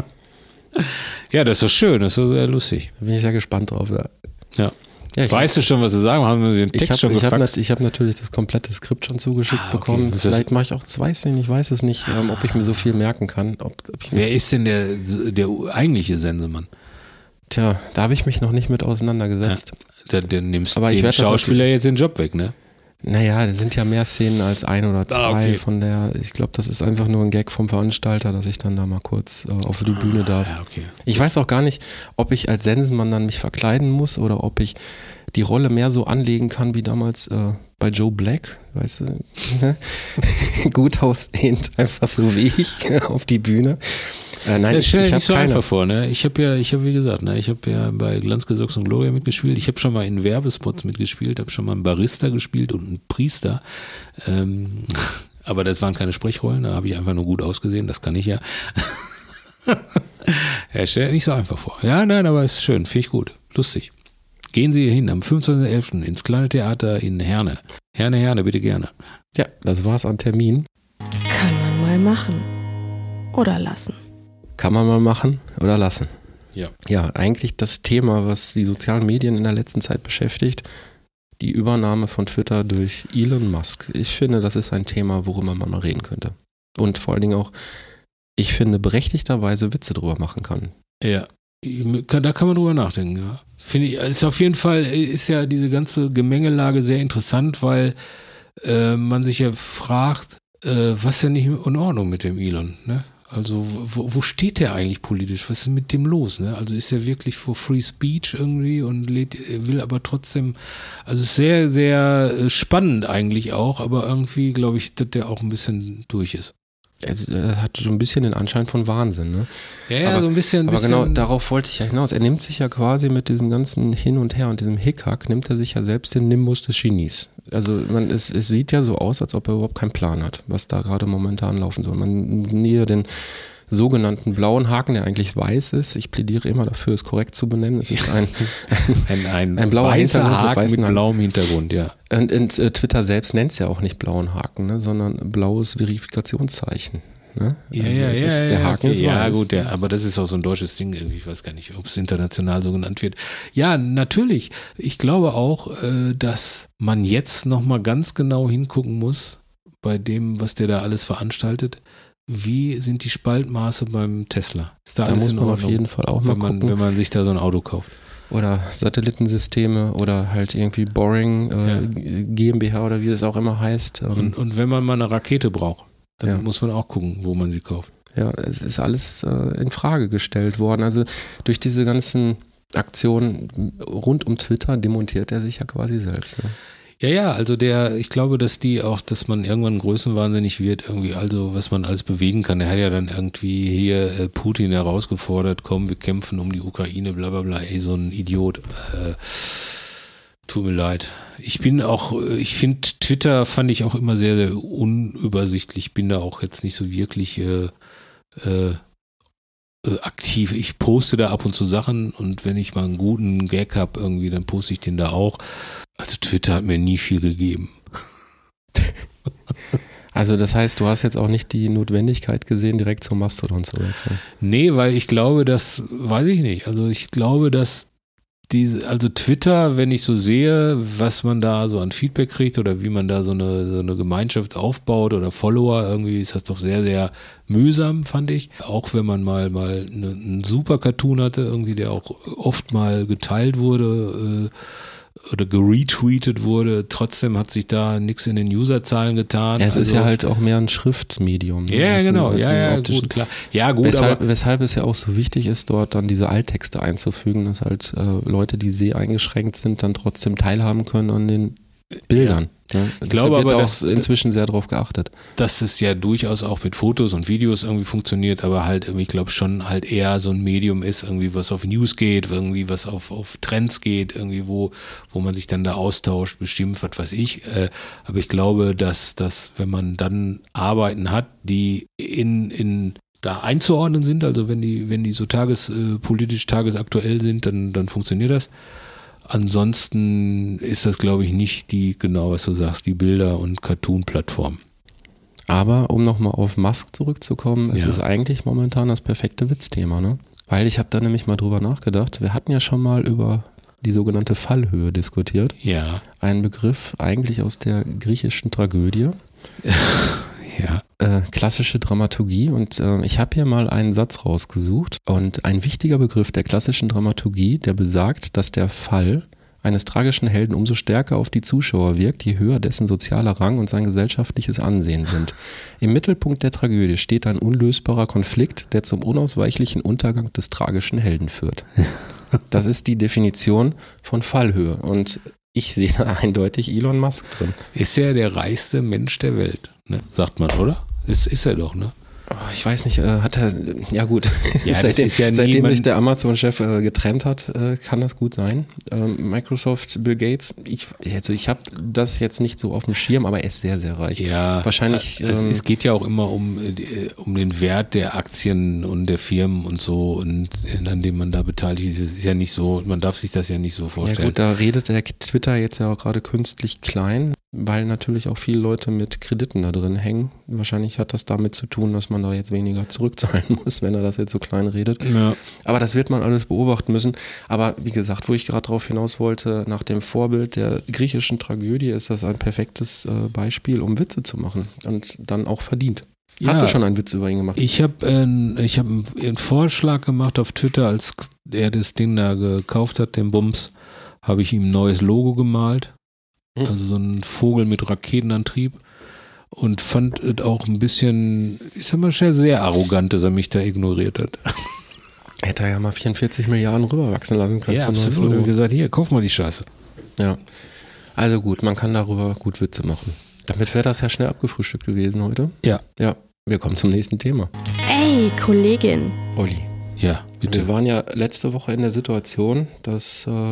Ja, das ist doch schön, das ist doch sehr lustig. da bin ich sehr gespannt drauf. Ja. Ja. Ja, ich Weißt du schon, was sie sagen? Haben wir den Ich Text habe schon hab, gefaxt? ich hab natürlich das komplette Skript schon zugeschickt Ah, okay. bekommen. Ist das- Vielleicht mache ich auch zwei Szenen, ich weiß es nicht, ähm, ob ich mir so viel merken kann. Ob, ob ich Wer ist denn der, der eigentliche Sensemann? Tja, da habe ich mich noch nicht mit auseinandergesetzt. Der, der nimmst Aber ich dem werd das Schauspieler jetzt den Job weg, ne? Naja, das sind ja mehr Szenen als ein oder zwei. Ah, okay. Von der, ich glaube, das ist einfach nur ein Gag vom Veranstalter, dass ich dann da mal kurz äh, auf die Bühne darf. Ja, okay. Ich weiß auch gar nicht, ob ich als Sensenmann dann mich verkleiden muss oder ob ich die Rolle mehr so anlegen kann wie damals äh, bei Joe Black, weißt du, gut aussehend, einfach so wie ich auf die Bühne. Äh, nein, Das ich, stell ich dir habe nicht so keine. einfach vor, ne? Ich habe ja, ich habe wie gesagt, ne, ich habe ja bei Glanzgesucht und Gloria mitgespielt. Ich habe schon mal in Werbespots mitgespielt, habe schon mal einen Barista gespielt und einen Priester. Ähm, aber das waren keine Sprechrollen, da habe ich einfach nur gut ausgesehen, das kann ich ja. Ja, stell dir nicht so einfach vor. Ja, nein, aber ist schön, finde ich gut, lustig. Gehen Sie hin am fünfundzwanzigsten elften ins kleine Theater in Herne. Herne, Herne, bitte gerne. Ja, das war's an Termin. Kann man mal machen. Oder lassen. Kann man mal machen oder lassen. Ja. Ja, eigentlich das Thema, was die sozialen Medien in der letzten Zeit beschäftigt, die Übernahme von Twitter durch Elon Musk. Ich finde, das ist ein Thema, worüber man mal reden könnte. Und vor allen Dingen auch, ich finde, berechtigterweise Witze drüber machen kann. Ja, da kann man drüber nachdenken, ja. Finde ich, ist auf jeden Fall, ist ja diese ganze Gemengelage sehr interessant, weil äh, man sich ja fragt, äh, was ist denn nicht in Ordnung mit dem Elon, ne? Also wo, wo steht der eigentlich politisch? Was ist mit dem los? Ne? Also ist er wirklich für Free Speech irgendwie und lädt, will aber trotzdem, also sehr, sehr spannend eigentlich auch, aber irgendwie glaube ich, dass der auch ein bisschen durch ist. Es äh, hat so ein bisschen den Anschein von Wahnsinn, ne? Ja, ja, aber, so ein bisschen. Aber bisschen genau darauf wollte ich ja hinaus. Er nimmt sich ja quasi mit diesem ganzen Hin und Her und diesem Hickhack, nimmt er sich ja selbst den Nimbus des Genies. Also man, es, es sieht ja so aus, als ob er überhaupt keinen Plan hat, was da gerade momentan laufen soll. Man sieht den sogenannten blauen Haken, der eigentlich weiß ist. Ich plädiere immer dafür, es korrekt zu benennen. Es ist ein, ein, ein, ein blauer weißer Hintergrund mit Haken mit, weißen Haken. blauem Hintergrund, ja. Und, und äh, Twitter selbst nennt es ja auch nicht blauen Haken, ne, sondern blaues Verifikationszeichen. Ne? Ja, Also ja, es ja, ist, der ja, Haken okay. ist Ja, weiß. gut, ja, aber das ist auch so ein deutsches Ding irgendwie. Ich weiß gar nicht, ob es international so genannt wird. Ja, natürlich. Ich glaube auch, äh, dass man jetzt nochmal ganz genau hingucken muss bei dem, was der da alles veranstaltet. Wie sind die Spaltmaße beim Tesla? Ist da, Da alles muss in man Ordnung, auf jeden Fall auch mal wenn man, gucken. wenn man sich da so ein Auto kauft? Oder Satellitensysteme oder halt irgendwie Boring äh, Ja. GmbH oder wie es auch immer heißt. Ähm, Und, und wenn man mal eine Rakete braucht, dann Ja. muss man auch gucken, wo man sie kauft. Ja, es ist alles äh, in Frage gestellt worden. Also durch diese ganzen Aktionen rund um Twitter demontiert er sich ja quasi selbst. Ne? Ja, ja, also der, ich glaube, dass die auch, dass man irgendwann größenwahnsinnig wird, irgendwie, also was man alles bewegen kann. Er hat ja dann irgendwie hier äh, Putin herausgefordert, komm, wir kämpfen um die Ukraine, bla bla bla, ey, so ein Idiot. Äh, tut mir leid. Ich bin auch, ich finde, Twitter fand ich auch immer sehr, sehr unübersichtlich. Bin da auch jetzt nicht so wirklich äh, äh, äh, aktiv. Ich poste da ab und zu Sachen und wenn ich mal einen guten Gag habe irgendwie, dann poste ich den da auch. Also Twitter hat mir nie viel gegeben. Also das heißt, du hast jetzt auch nicht die Notwendigkeit gesehen, direkt zum Mastodon zu wechseln. Nee, weil ich glaube, das, weiß ich nicht, also ich glaube, dass diese, also Twitter, wenn ich so sehe, was man da so an Feedback kriegt oder wie man da so eine, so eine Gemeinschaft aufbaut oder Follower, irgendwie ist das doch sehr, sehr mühsam, fand ich. Auch wenn man mal, mal eine, einen super Cartoon hatte, irgendwie, der auch oft mal geteilt wurde, äh, oder geretweetet wurde, trotzdem hat sich da nichts in den Userzahlen getan. Ja, es also, ist ja halt auch mehr ein Schriftmedium. Ne? Ja, als genau, ein, als ja, ja, optischen. gut, klar. Ja, gut, weshalb, aber weshalb es ja auch so wichtig ist, dort dann diese Alttexte einzufügen, dass halt äh, Leute, die seheingeschränkt sind, dann trotzdem teilhaben können an den Bildern. Ja. Ja, ich glaube wird aber, auch dass inzwischen sehr darauf geachtet. dass es ja durchaus auch mit Fotos und Videos irgendwie funktioniert, aber halt irgendwie, ich glaube schon halt eher so ein Medium ist, irgendwie was auf News geht, irgendwie was auf, auf Trends geht, irgendwie wo, wo man sich dann da austauscht, bestimmt, was weiß ich. Äh, aber ich glaube, dass, dass wenn man dann Arbeiten hat, die in, in da einzuordnen sind, also wenn die, wenn die so tagespolitisch, tagesaktuell sind, dann, dann funktioniert das. Ansonsten ist das, glaube ich, nicht die, genau was du sagst, die Bilder- und Cartoon-Plattform. Aber um nochmal auf Musk zurückzukommen, es Ja. ist eigentlich momentan das perfekte Witzthema, ne? Weil ich habe da nämlich mal drüber nachgedacht. Wir hatten ja schon mal über die sogenannte Fallhöhe diskutiert. Ja, Ein Begriff eigentlich aus der griechischen Tragödie. ja. Äh, klassische Dramaturgie und äh, ich habe hier mal einen Satz rausgesucht und ein wichtiger Begriff der klassischen Dramaturgie, der besagt, dass der Fall eines tragischen Helden umso stärker auf die Zuschauer wirkt, je höher dessen sozialer Rang und sein gesellschaftliches Ansehen sind. Im Mittelpunkt der Tragödie steht ein unlösbarer Konflikt, der zum unausweichlichen Untergang des tragischen Helden führt. Das ist die Definition von Fallhöhe und ich sehe da eindeutig Elon Musk drin. Ist ja der reichste Mensch der Welt, ne? Sagt man, oder? Ist, ist er doch, ne? Oh, ich weiß nicht, äh, hat er, ja gut, Ja, das seitdem, ist ja seitdem niemand- sich der Amazon-Chef äh, getrennt hat, äh, kann das gut sein. Ähm, Microsoft, Bill Gates, ich, also ich habe das jetzt nicht so auf dem Schirm, aber er ist sehr, sehr reich. Ja, Wahrscheinlich, Es, ähm, es geht ja auch immer um, äh, um den Wert der Aktien und der Firmen und so und äh, an dem man da beteiligt ist. Es ist ja nicht so, man darf sich das ja nicht so Ja vorstellen. gut, da redet der Twitter jetzt ja auch gerade künstlich klein, weil natürlich auch viele Leute mit Krediten da drin hängen. Wahrscheinlich hat das damit zu tun, dass man da jetzt weniger zurückzahlen muss, wenn er das jetzt so klein redet. Ja. Aber das wird man alles beobachten müssen. Aber wie gesagt, wo ich gerade drauf hinaus wollte, nach dem Vorbild der griechischen Tragödie ist das ein perfektes äh, Beispiel, um Witze zu machen und dann auch verdient. Hast Ja. du schon einen Witz über ihn gemacht? Ich habe äh, ich hab einen Vorschlag gemacht auf Twitter, als er das Ding da gekauft hat, den Bums, habe ich ihm ein neues Logo gemalt. Hm. Also so ein Vogel mit Raketenantrieb. Und fand es auch ein bisschen, ich sag mal, sehr arrogant, dass er mich da ignoriert hat. Hätte er ja mal vierundvierzig Milliarden rüberwachsen lassen können. Ja, für ein neues absolut. Logo. Und gesagt, hier, kauf mal die Scheiße. Ja. Also gut, man kann darüber gut Witze machen. Damit wäre das ja schnell abgefrühstückt gewesen heute. Ja. Ja, wir kommen zum nächsten Thema. Ey, Kollegin. Olli, Ja, bitte. wir waren ja letzte Woche in der Situation, dass äh,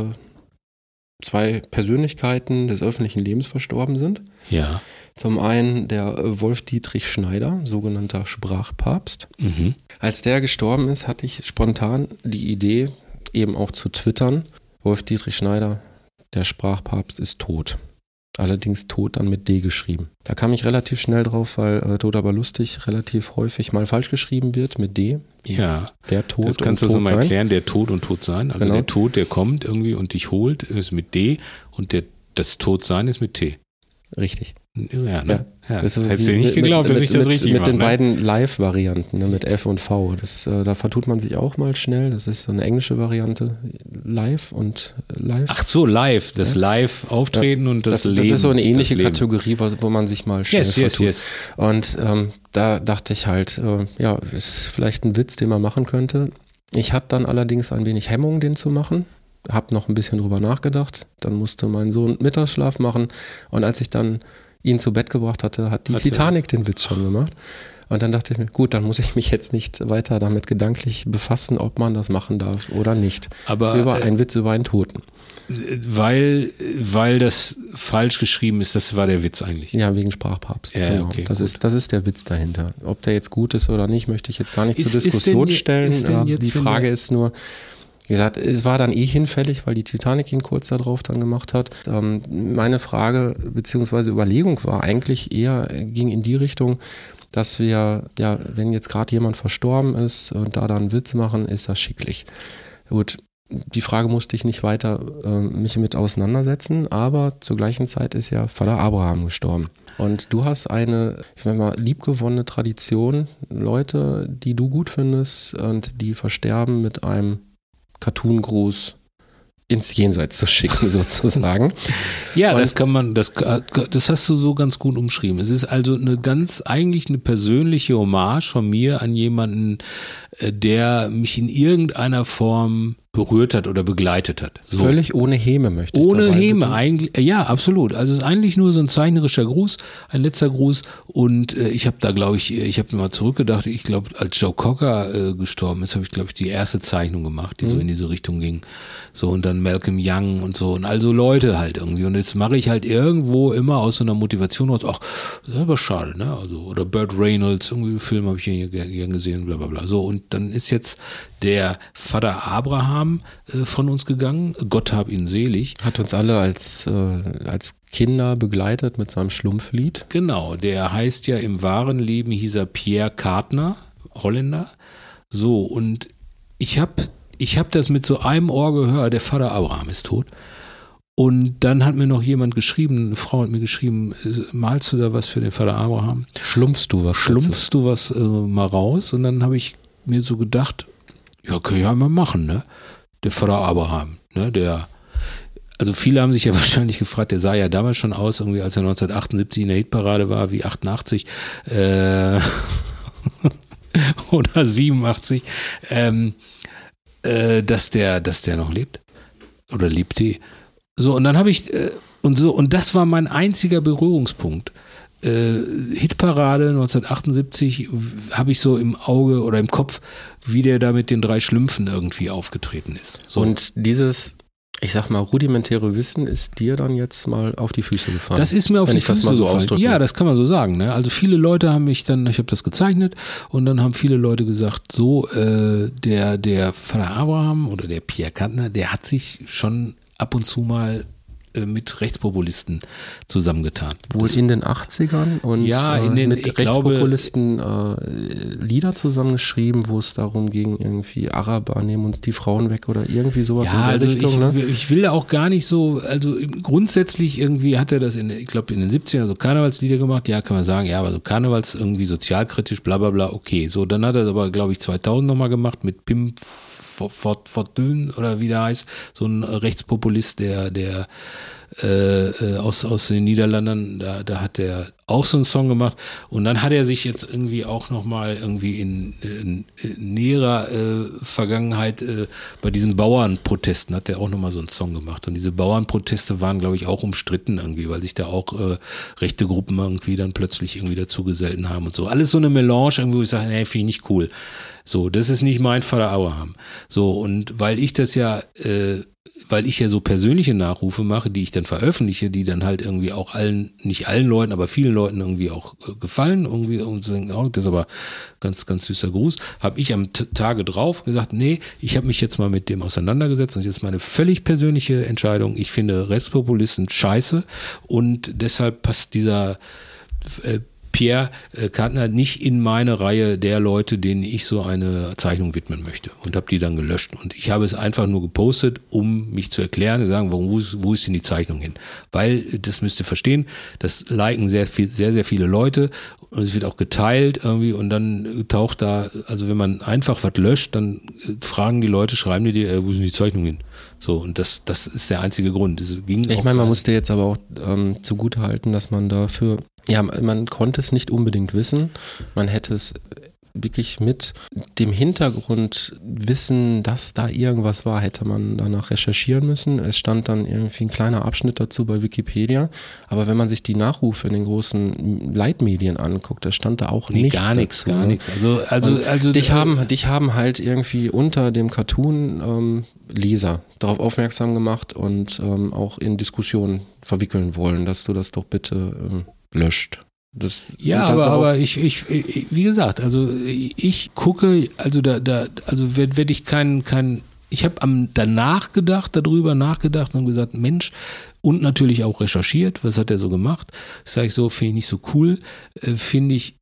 zwei Persönlichkeiten des öffentlichen Lebens verstorben sind. Ja. Zum einen der äh, Wolf-Dietrich Schneider, sogenannter Sprachpapst. Mhm. Als der gestorben ist, hatte ich spontan die Idee, eben auch zu twittern, Wolf-Dietrich Schneider, der Sprachpapst ist tot. Allerdings tot dann mit D geschrieben. Da kam ich relativ schnell drauf, weil äh, tot aber lustig relativ häufig mal falsch geschrieben wird mit D. Ja. Der Tod Das kannst du und so tot mal sein. erklären, der Tod und Todsein. Also Genau. der Tod, der kommt irgendwie und dich holt, ist mit D und der, das Todsein ist mit T. Richtig. Ja, ne? Ja. Das ist so Hättest du wie nicht mit- geglaubt, mit, dass ich das mit, richtig Mit mache. den ne? beiden Live-Varianten, ne, mit F und V. Das, äh, da vertut man sich auch mal schnell. Das ist so eine englische Variante. Live und Live. Ach so, live. Das Live-Auftreten und das, das, Leben. das ist so eine ähnliche das Leben. Kategorie, wo, wo man sich mal schnell Yes, yes, vertut. yes. Und ähm, da dachte ich halt, äh, ja, ist vielleicht ein Witz, den man machen könnte. Ich hatte dann allerdings ein wenig Hemmung, den zu machen. Hab noch ein bisschen drüber nachgedacht. Dann musste mein Sohn Mittagsschlaf machen. Und als ich dann ihn zu Bett gebracht hatte, hat die Hatte- Titanic den Witz schon gemacht. Und dann dachte ich mir, gut, dann muss ich mich jetzt nicht weiter damit gedanklich befassen, ob man das machen darf oder nicht. Aber über äh, einen Witz über einen Toten. weil, weil das falsch geschrieben ist, das war der Witz eigentlich. Ja, wegen Sprachpapst. Ja, genau. okay, das, gut. ist, das ist der Witz dahinter. Ob der jetzt gut ist oder nicht, möchte ich jetzt gar nicht Ist- zur ist Diskussion denn je- stellen. ist denn Ja, jetzt, die wenn Frage der- ist nur, wie gesagt, es war dann eh hinfällig, weil die Titanic ihn kurz darauf dann gemacht hat. Ähm, meine Frage bzw. Überlegung war eigentlich eher, äh, ging in die Richtung, dass wir, ja, wenn jetzt gerade jemand verstorben ist und da dann einen Witz machen, ist das schicklich. Gut, die Frage musste ich nicht weiter äh, mich mit auseinandersetzen, aber zur gleichen Zeit ist ja Vater Abraham gestorben. Und du hast eine, ich meine mal, liebgewonnene Tradition, Leute, die du gut findest und die versterben, mit einem Cartoon-Gruß ins Jenseits zu schicken, sozusagen. Ja, und das kann man, das, das hast du so ganz gut umschrieben. Es ist also eine ganz, eigentlich eine persönliche Hommage von mir an jemanden, der mich in irgendeiner Form berührt hat oder begleitet hat. So. Völlig ohne Häme möchte ich Ohne dabei Häme, betonen. eigentlich, ja, absolut. Also es ist eigentlich nur so ein zeichnerischer Gruß, ein letzter Gruß. Und äh, ich habe da, glaube ich, ich habe mal zurückgedacht, ich glaube, als Joe Cocker äh, gestorben ist, habe ich, glaube ich, die erste Zeichnung gemacht, die mhm. so in diese Richtung ging. So, und dann Malcolm Young und so. Und also Leute halt irgendwie. Und jetzt mache ich halt irgendwo immer aus so einer Motivation raus, ach, das ist aber schade, ne? Also, oder Burt Reynolds, irgendwie einen Film habe ich hier gern gesehen, bla bla bla. So, und dann ist jetzt der Vater Abraham äh, von uns gegangen. Gott hab ihn selig. Hat uns alle als, äh, als Kinder begleitet mit seinem Schlumpflied. Genau, der heißt ja im wahren Leben, hieß er Pierre Kartner, Holländer. So, und ich habe ich hab das mit so einem Ohr gehört, der Vater Abraham ist tot. Und dann hat mir noch jemand geschrieben, eine Frau hat mir geschrieben, malst du da was für den Vater Abraham? Schlumpfst du was? Schlumpfst du was äh, mal raus? Und dann habe ich mir so gedacht, ja, kann ich ja mal machen, ne? Der Vater Abraham, ne? Der, also viele haben sich ja wahrscheinlich gefragt, der sah ja damals schon aus, irgendwie als er neunzehnhundertachtundsiebzig in der Hitparade war, wie achtundachtzig äh, oder siebenundachtzig, ähm, äh, dass der, dass der noch lebt oder lebte. So, und dann habe ich, äh, und so, und das war mein einziger Berührungspunkt. Äh, Hitparade neunzehnhundertachtundsiebzig habe ich so im Auge oder im Kopf, wie der da mit den drei Schlümpfen irgendwie aufgetreten ist. So. Und dieses, ich sag mal, rudimentäre Wissen ist dir dann jetzt mal auf die Füße gefallen. Das ist mir auf Wenn die ich das Füße mal so gefallen. ausdrücken. Ja, das kann man so sagen. Ne? Also viele Leute haben mich dann, ich habe das gezeichnet und dann haben viele Leute gesagt, so äh, der der Vater Abraham oder der Pierre Kartner, der hat sich schon ab und zu mal mit Rechtspopulisten zusammengetan. Wohl das, in den achtzigern und ja, in den, äh, mit ich Rechtspopulisten glaube, äh, Lieder zusammengeschrieben, wo es darum ging, irgendwie Araber nehmen uns die Frauen weg oder irgendwie sowas ja, in der also Richtung. Ich, ne? ich will da auch gar nicht so, also grundsätzlich irgendwie hat er das in, ich glaube in den siebzigern so Karnevalslieder gemacht, ja, kann man sagen, ja, aber so Karnevals irgendwie sozialkritisch, bla bla bla, okay. So, dann hat er es aber, glaube ich, zweitausend nochmal gemacht mit Pim Fortuyn oder wie der heißt, so ein Rechtspopulist, der, der äh, aus, aus den Niederlanden, da, da hat er auch so einen Song gemacht und dann hat er sich jetzt irgendwie auch nochmal irgendwie in, in, in näherer äh, Vergangenheit äh, bei diesen Bauernprotesten hat er auch nochmal so einen Song gemacht und diese Bauernproteste waren, glaube ich, auch umstritten irgendwie, weil sich da auch äh, rechte Gruppen irgendwie dann plötzlich irgendwie dazu gesellten haben und so. Alles so eine Melange irgendwie, wo ich sage, nee, finde ich nicht cool. So, das ist nicht mein Vater Abraham. So, und weil ich das ja, äh, weil ich ja so persönliche Nachrufe mache, die ich dann veröffentliche, die dann halt irgendwie auch allen, nicht allen Leuten, aber vielen Leuten irgendwie auch äh, gefallen, irgendwie und sagen, oh, das ist aber ganz, ganz süßer Gruß, habe ich am T- Tage drauf gesagt, nee, ich habe mich jetzt mal mit dem auseinandergesetzt und jetzt meine völlig persönliche Entscheidung. Ich finde Rechtspopulisten scheiße und deshalb passt dieser äh, Pierre äh, Kartner nicht in meine Reihe der Leute, denen ich so eine Zeichnung widmen möchte und habe die dann gelöscht und ich habe es einfach nur gepostet, um mich zu erklären und sagen, warum, wo ist, wo ist denn die Zeichnung hin? Weil, das müsst ihr verstehen, das liken sehr viel, sehr, sehr viele Leute und es wird auch geteilt irgendwie und dann taucht da, also wenn man einfach was löscht, dann fragen die Leute, schreiben die dir, äh, wo ist denn die Zeichnung hin? So, und das, das ist der einzige Grund. Das ging ich meine, man musste jetzt aber auch ähm, zugutehalten, dass man dafür, ja, man konnte es nicht unbedingt wissen. Man hätte es wirklich mit dem Hintergrund wissen, dass da irgendwas war, hätte man danach recherchieren müssen. Es stand dann irgendwie ein kleiner Abschnitt dazu bei Wikipedia. Aber wenn man sich die Nachrufe in den großen Leitmedien anguckt, da stand da auch nee, nichts gar nichts, dazu. gar nichts. Also, also, also dich haben, dich haben halt irgendwie unter dem Cartoon ähm, Leser darauf aufmerksam gemacht und ähm, auch in Diskussionen verwickeln wollen, dass du das doch bitte ähm, löscht. Das, ja, aber, aber ich, ich, ich, wie gesagt, also ich gucke, also da, da, also werde werd ich keinen, kein, ich habe am danach gedacht, darüber nachgedacht und gesagt, Mensch, und natürlich auch recherchiert, was hat er so gemacht? Das sage ich so, finde ich nicht so cool, äh, finde ich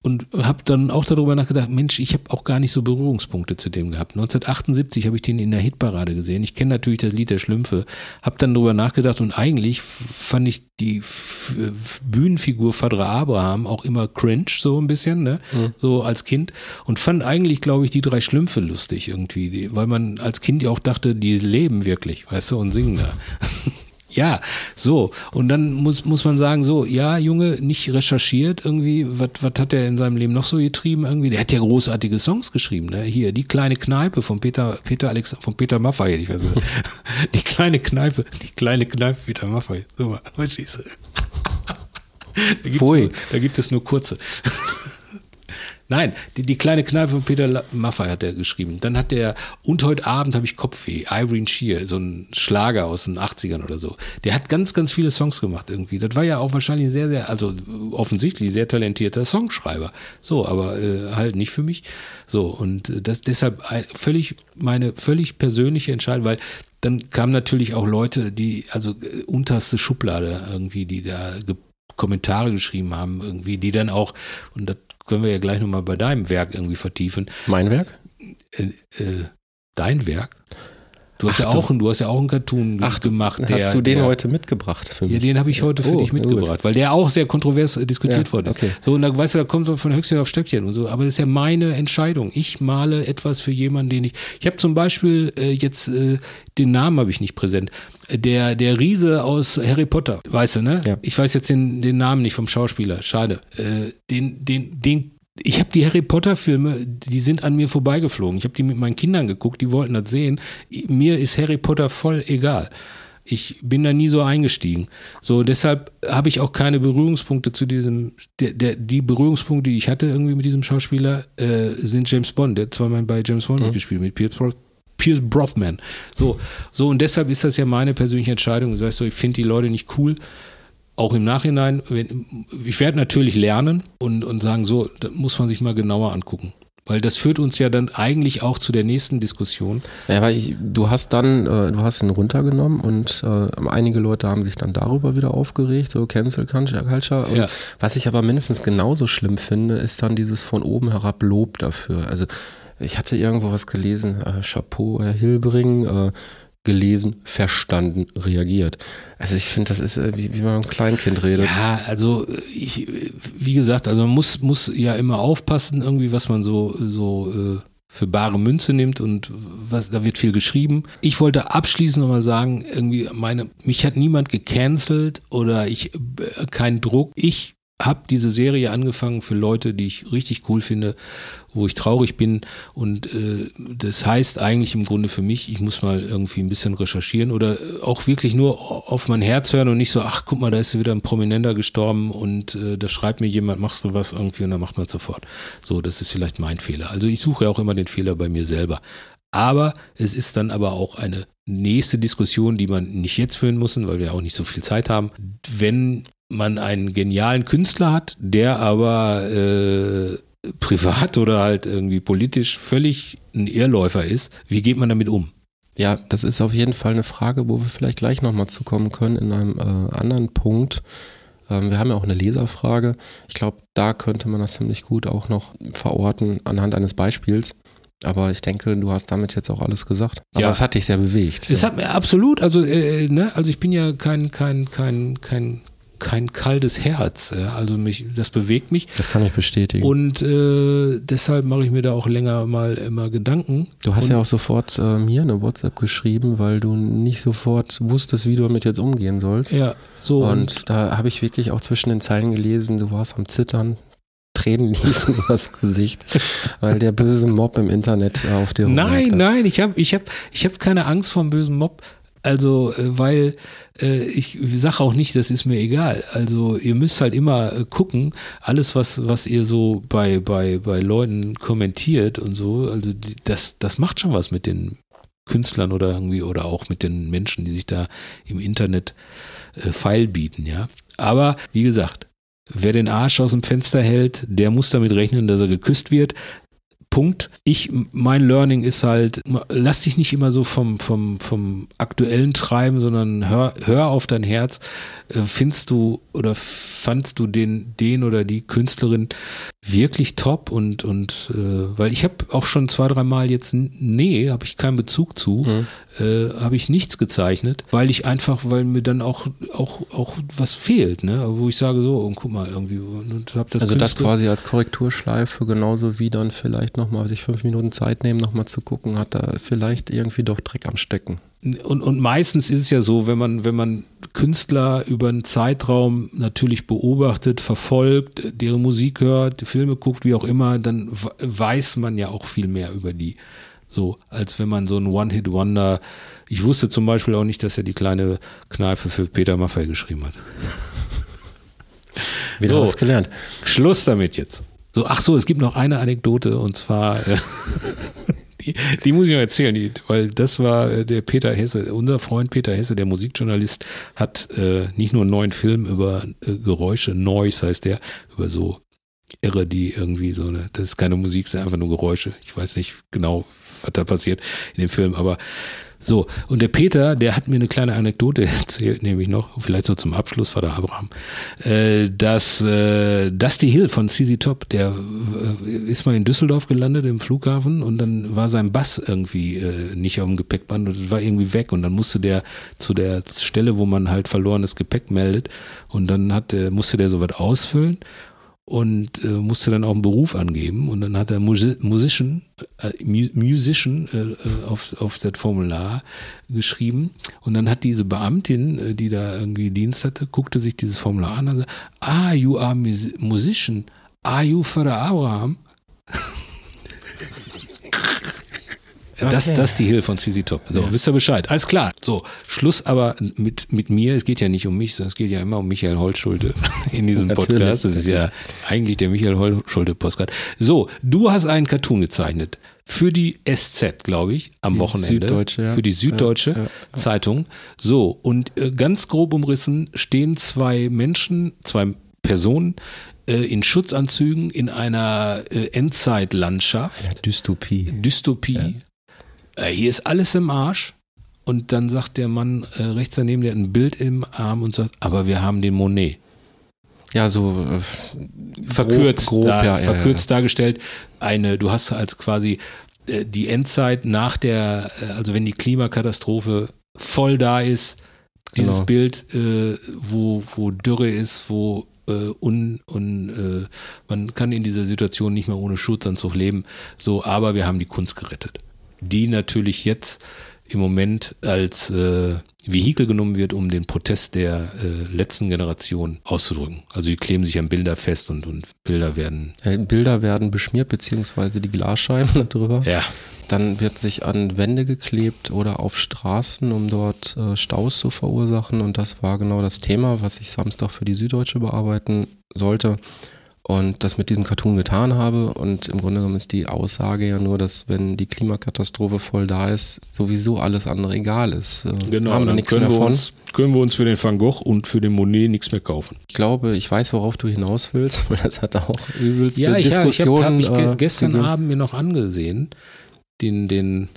Und habe dann auch darüber nachgedacht, Mensch, ich habe auch gar nicht so Berührungspunkte zu dem gehabt. neunzehnhundertachtundsiebzig habe ich den in der Hitparade gesehen. Ich kenne natürlich das Lied der Schlümpfe, habe dann darüber nachgedacht und eigentlich fand ich die F- Bühnenfigur Fadra Abraham auch immer cringe, so ein bisschen, ne? Mhm. So als Kind. Und fand eigentlich, glaube ich, die drei Schlümpfe lustig irgendwie, die, weil man als Kind ja auch dachte, die leben wirklich, weißt du, und singen da. Ja, so. Und dann muss muss man sagen, so, ja, Junge, nicht recherchiert irgendwie, was was hat er in seinem Leben noch so getrieben irgendwie? Der hat ja großartige Songs geschrieben, ne? Hier, die kleine Kneipe von Peter, Peter Alex, von Peter Maffay, ich weiß nicht. Die kleine Kneipe, die kleine Kneipe Peter Maffay. So mal, was schieße. Da gibt's nur, da gibt es nur kurze. Nein, die, die kleine Kneipe von Peter Maffay hat er geschrieben. Dann hat der, und heute Abend habe ich Kopfweh, Irene Shear, so ein Schlager aus den achtzigern oder so. Der hat ganz, ganz viele Songs gemacht irgendwie. Das war ja auch wahrscheinlich sehr, sehr, also offensichtlich sehr talentierter Songschreiber. So, aber äh, halt nicht für mich. So, und das deshalb ein, völlig, meine völlig persönliche Entscheidung, weil dann kamen natürlich auch Leute, die, also äh, unterste Schublade irgendwie, die da ge- Kommentare geschrieben haben irgendwie, die dann auch, und das können wir ja gleich nochmal bei deinem Werk irgendwie vertiefen. Mein Werk? Äh, äh, dein Werk? Du hast, Ach, ja auch, du hast ja auch einen Cartoon Ach, gemacht. Hast der, du den der, heute mitgebracht für mich? Ja, den habe ich heute für oh, dich mitgebracht, gut. weil der auch sehr kontrovers äh, diskutiert Ja, worden ist. okay. So, und da weißt du, da kommt so von Höchstchen auf Stöckchen und so, aber das ist ja meine Entscheidung. Ich male etwas für jemanden, den ich. Ich habe zum Beispiel äh, jetzt, äh, den Namen habe ich nicht präsent. Der, der Riese aus Harry Potter, weißt du, ne? Ja. Ich weiß jetzt den, den Namen nicht vom Schauspieler, schade. Äh, den, den, den Ich habe die Harry Potter Filme, die sind an mir vorbeigeflogen. Ich habe die mit meinen Kindern geguckt, die wollten das sehen. Mir ist Harry Potter voll egal. Ich bin da nie so eingestiegen. So, deshalb habe ich auch keine Berührungspunkte zu diesem, der, der, die Berührungspunkte, die ich hatte irgendwie mit diesem Schauspieler, äh, sind James Bond. Der hat zweimal bei James Bond mhm. mitgespielt, mit Pierce, Pierce Brosnan. So, so, und deshalb ist das ja meine persönliche Entscheidung. Das heißt so, ich finde die Leute nicht cool. Auch im Nachhinein, ich werde natürlich lernen und, und sagen, so, da muss man sich mal genauer angucken. Weil das führt uns ja dann eigentlich auch zu der nächsten Diskussion. Ja, weil ich, du hast dann, äh, du hast ihn runtergenommen und äh, einige Leute haben sich dann darüber wieder aufgeregt, so Cancel Culture. Und ja. Was ich aber mindestens genauso schlimm finde, ist dann dieses von oben herab Lob dafür. Also ich hatte irgendwo was gelesen, äh, Chapeau, Herr Hilbring, äh, gelesen, verstanden, reagiert. Also ich finde, das ist wie, wie man mit einem Kleinkind redet. Ja, also ich, wie gesagt, also man muss, muss ja immer aufpassen, irgendwie, was man so, so äh, für bare Münze nimmt und was, da wird viel geschrieben. Ich wollte abschließend nochmal sagen, irgendwie meine, mich hat niemand gecancelt oder ich äh, kein Druck. Ich habe diese Serie angefangen für Leute, die ich richtig cool finde, wo ich traurig bin und äh, das heißt eigentlich im Grunde für mich, ich muss mal irgendwie ein bisschen recherchieren oder auch wirklich nur auf mein Herz hören und nicht so, ach guck mal, da ist wieder ein Prominenter gestorben und äh, da schreibt mir jemand, machst du was irgendwie und dann macht man sofort. So, das ist vielleicht mein Fehler. Also ich suche ja auch immer den Fehler bei mir selber. Aber es ist dann aber auch eine nächste Diskussion, die man nicht jetzt führen muss, weil wir auch nicht so viel Zeit haben. Wenn man einen genialen Künstler hat, der aber äh, privat oder halt irgendwie politisch völlig ein Irrläufer ist, wie geht man damit um? Ja, das ist auf jeden Fall eine Frage, wo wir vielleicht gleich nochmal zukommen können in einem äh, anderen Punkt. Ähm, wir haben ja auch eine Leserfrage. Ich glaube, da könnte man das ziemlich gut auch noch verorten anhand eines Beispiels. Aber ich denke, du hast damit jetzt auch alles gesagt. Aber ja. Es hat dich sehr bewegt. Es ja. hat mir absolut, also äh, ne, also ich bin ja kein, kein, kein, kein kein kaltes Herz, ja. Also mich, das bewegt mich. Das kann ich bestätigen. Und äh, deshalb mache ich mir da auch länger mal immer Gedanken. Du hast und ja auch sofort äh, mir eine WhatsApp geschrieben, weil du nicht sofort wusstest, wie du damit jetzt umgehen sollst. Ja, so. Und, und da habe ich wirklich auch zwischen den Zeilen gelesen, du warst am Zittern. Tränen liefen übers Gesicht, weil der böse Mob im Internet auf dir Nein, nein, ich habe ich hab, ich hab keine Angst vor dem bösen Mob. Also, weil äh, ich sage auch nicht, das ist mir egal. Also, ihr müsst halt immer äh, gucken, alles, was, was ihr so bei, bei, bei Leuten kommentiert und so, also die, das, das macht schon was mit den Künstlern oder irgendwie oder auch mit den Menschen, die sich da im Internet äh, feil bieten, ja. Aber wie gesagt, wer den Arsch aus dem Fenster hält, der muss damit rechnen, dass er geküsst wird. Punkt. Ich, mein Learning ist halt, lass dich nicht immer so vom, vom, vom Aktuellen treiben, sondern hör, hör auf dein Herz. Findest du oder fandst du den, den oder die Künstlerin wirklich top und, und äh, weil ich habe auch schon zwei, dreimal jetzt, nee, habe ich keinen Bezug zu, mhm. äh, habe ich nichts gezeichnet, weil ich einfach, weil mir dann auch, auch, auch was fehlt, ne? Wo ich sage so, und guck mal, irgendwie, und hab das Also Künstler- das quasi als Korrekturschleife, genauso wie dann vielleicht nochmal sich fünf Minuten Zeit nehmen, nochmal zu gucken, hat da vielleicht irgendwie doch Dreck am Stecken. Und, und meistens ist es ja so, wenn man, wenn man Künstler über einen Zeitraum natürlich beobachtet, verfolgt, deren Musik hört, Filme guckt, wie auch immer, dann weiß man ja auch viel mehr über die. So, als wenn man so ein One-Hit-Wonder, ich wusste zum Beispiel auch nicht, dass er die kleine Kneipe für Peter Maffay geschrieben hat. Wieder so, was gelernt. Schluss damit jetzt. So, ach so, es gibt noch eine Anekdote und zwar, äh, die, die muss ich noch erzählen, die, weil das war äh, der Peter Hesse, unser Freund Peter Hesse, der Musikjournalist, hat äh, nicht nur einen neuen Film über äh, Geräusche, Noise heißt der, über so Irre, die irgendwie so eine, das ist keine Musik, es sind einfach nur Geräusche. Ich weiß nicht genau, was da passiert in dem Film, aber so, und der Peter, der hat mir eine kleine Anekdote erzählt, nämlich noch, vielleicht so zum Abschluss, Vater Abraham, äh, dass äh, Dusty Hill von C C Top, der äh, ist mal in Düsseldorf gelandet im Flughafen und dann war sein Bass irgendwie äh, nicht auf dem Gepäckband und war irgendwie weg und dann musste der zu der Stelle, wo man halt verlorenes Gepäck meldet und dann hat der, musste der sowas ausfüllen und äh, musste dann auch einen Beruf angeben und dann hat er Musi- Musician, äh, Musician äh, auf, auf das Formular geschrieben und dann hat diese Beamtin, äh, die da irgendwie Dienst hatte, guckte sich dieses Formular an und sagte, ah, you are mus- musician, are you Vater Abraham? Okay. Das, das ist die Hilfe von C C Top. So, ja. Wisst ihr Bescheid? Alles klar. So, Schluss aber mit, mit mir. Es geht ja nicht um mich, sondern es geht ja immer um Michael Holtschulte in diesem Podcast. Das ist ja eigentlich der Michael Holtschulte-Podcast. So, du hast einen Cartoon gezeichnet für die S Z, glaube ich, am die Wochenende. Süddeutsche, ja. Für die Süddeutsche ja, ja, ja. Zeitung. So, und äh, ganz grob umrissen stehen zwei Menschen, zwei Personen, in Schutzanzügen in einer äh, Endzeitlandschaft. Ja, Dystopie. Dystopie. Ja. Äh, hier ist alles im Arsch. Und dann sagt der Mann äh, rechts daneben, der hat ein Bild im Arm und sagt, aber wir haben den Monet. Ja, so äh, verkürzt, grob, grob, da, ja, verkürzt ja, ja. dargestellt. Eine, du hast als quasi äh, die Endzeit nach der, äh, also wenn die Klimakatastrophe voll da ist, dieses genau. Bild, äh, wo, wo Dürre ist, wo Uh, und, und uh, man kann in dieser Situation nicht mehr ohne Schutzanzug leben, so, aber wir haben die Kunst gerettet, die natürlich jetzt im Moment als äh, Vehikel genommen wird, um den Protest der äh, letzten Generation auszudrücken. Also die kleben sich an Bilder fest und, und Bilder werden... Ja, Bilder werden beschmiert, beziehungsweise die Glasscheiben darüber. Ja. Dann wird sich an Wände geklebt oder auf Straßen, um dort äh, Staus zu verursachen. Und das war genau das Thema, was ich Samstag für die Süddeutsche bearbeiten sollte. Und das mit diesem Cartoon getan habe. Und im Grunde genommen ist die Aussage ja nur, dass wenn die Klimakatastrophe voll da ist, sowieso alles andere egal ist. Äh, genau, haben wir dann nichts können, mehr wir von. uns, können wir uns für den Van Gogh und für den Monet nichts mehr kaufen. Ich glaube, ich weiß, worauf du hinaus willst, weil das hat auch übelste ja, ich Diskussionen. Ja, ich habe hab äh, ich gestern gegeben. Abend mir noch angesehen, den, den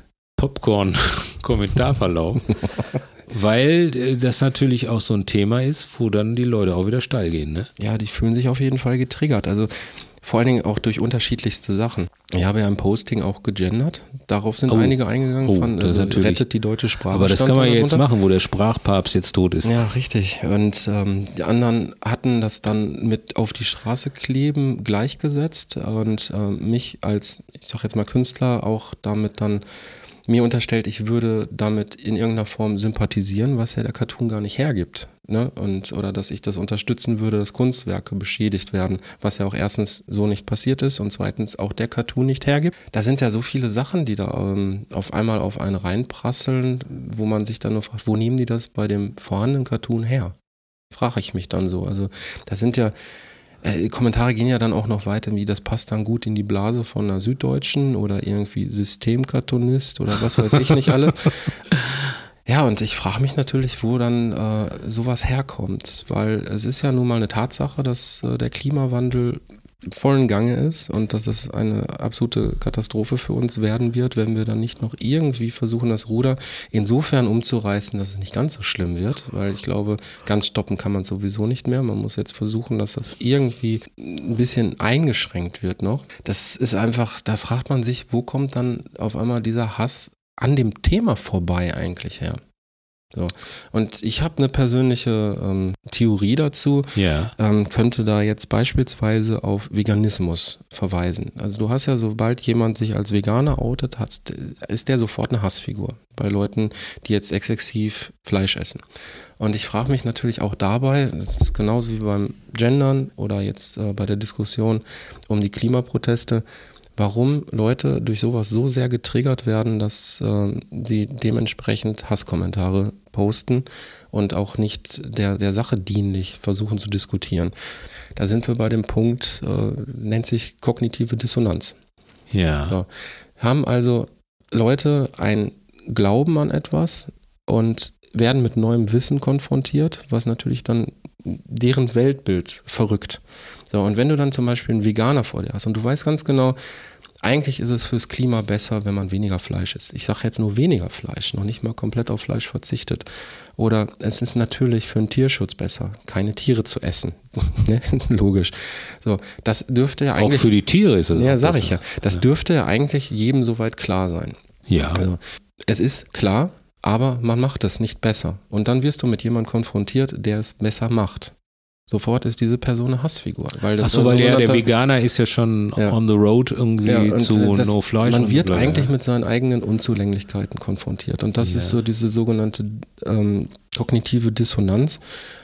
Popcorn-Kommentarverlauf, weil äh, das natürlich auch so ein Thema ist, wo dann die Leute auch wieder steil gehen, ne? Ja, die fühlen sich auf jeden Fall getriggert. Also vor allen Dingen auch durch unterschiedlichste Sachen. Ich habe ja im Posting auch gegendert. Darauf sind oh. einige eingegangen. Oh, von, also rettet die deutsche Sprache. Aber das kann man ja jetzt machen, wo der Sprachpapst jetzt tot ist. Ja, richtig. Und ähm, die anderen hatten das dann mit auf die Straße kleben gleichgesetzt und äh, mich als, ich sag jetzt mal Künstler, auch damit dann mir unterstellt, ich würde damit in irgendeiner Form sympathisieren, was ja der Cartoon gar nicht hergibt. Ne? Und, oder dass ich das unterstützen würde, dass Kunstwerke beschädigt werden, was ja auch erstens so nicht passiert ist und zweitens auch der Cartoon nicht hergibt. Da sind ja so viele Sachen, die da ähm, auf einmal auf einen reinprasseln, wo man sich dann nur fragt, wo nehmen die das bei dem vorhandenen Cartoon her? Frage ich mich dann so. Also das sind ja Äh, Kommentare gehen ja dann auch noch weiter, wie das passt dann gut in die Blase von einer Süddeutschen oder irgendwie Systemkartonist oder was weiß ich nicht alles. Ja, und ich frage mich natürlich, wo dann äh, sowas herkommt, weil es ist ja nun mal eine Tatsache, dass äh, der Klimawandel vollen Gange ist und dass es eine absolute Katastrophe für uns werden wird, wenn wir dann nicht noch irgendwie versuchen, das Ruder insofern umzureißen, dass es nicht ganz so schlimm wird, weil ich glaube, ganz stoppen kann man sowieso nicht mehr. Man muss jetzt versuchen, dass das irgendwie ein bisschen eingeschränkt wird noch. Das ist einfach, da fragt man sich, wo kommt dann auf einmal dieser Hass an dem Thema vorbei eigentlich her? So. Und ich habe eine persönliche ähm, Theorie dazu, Ja. ähm, könnte da jetzt beispielsweise auf Veganismus verweisen. Also du hast ja, sobald jemand sich als Veganer outet, hat, ist der sofort eine Hassfigur bei Leuten, die jetzt exzessiv Fleisch essen. Und ich frage mich natürlich auch dabei, das ist genauso wie beim Gendern oder jetzt äh, bei der Diskussion um die Klimaproteste, warum Leute durch sowas so sehr getriggert werden, dass äh, sie dementsprechend Hasskommentare posten und auch nicht der, der Sache dienlich versuchen zu diskutieren. Da sind wir bei dem Punkt, äh, nennt sich kognitive Dissonanz. Ja. So. Haben also Leute einen Glauben an etwas und werden mit neuem Wissen konfrontiert, was natürlich dann deren Weltbild verrückt. So, und wenn du dann zum Beispiel einen Veganer vor dir hast und du weißt ganz genau, eigentlich ist es fürs Klima besser, wenn man weniger Fleisch isst. Ich sage jetzt nur weniger Fleisch, noch nicht mal komplett auf Fleisch verzichtet. Oder es ist natürlich für den Tierschutz besser, keine Tiere zu essen. Logisch. So, das dürfte ja eigentlich. Auch für die Tiere ist es. Ja, auch sag besser. ich ja. Das ja. dürfte ja eigentlich jedem soweit klar sein. Ja. Also, es ist klar, aber man macht es nicht besser. Und dann wirst du mit jemandem konfrontiert, der es besser macht. Sofort ist diese Person eine Hassfigur. Weil das Achso, weil der, der sogenannter- Veganer ist ja schon Ja. on the road irgendwie Ja, und zu das- No Fleisch. Man und wird bla, bla, eigentlich bla. mit seinen eigenen Unzulänglichkeiten konfrontiert. Und das Ja. ist so diese sogenannte ähm, kognitive Dissonanz.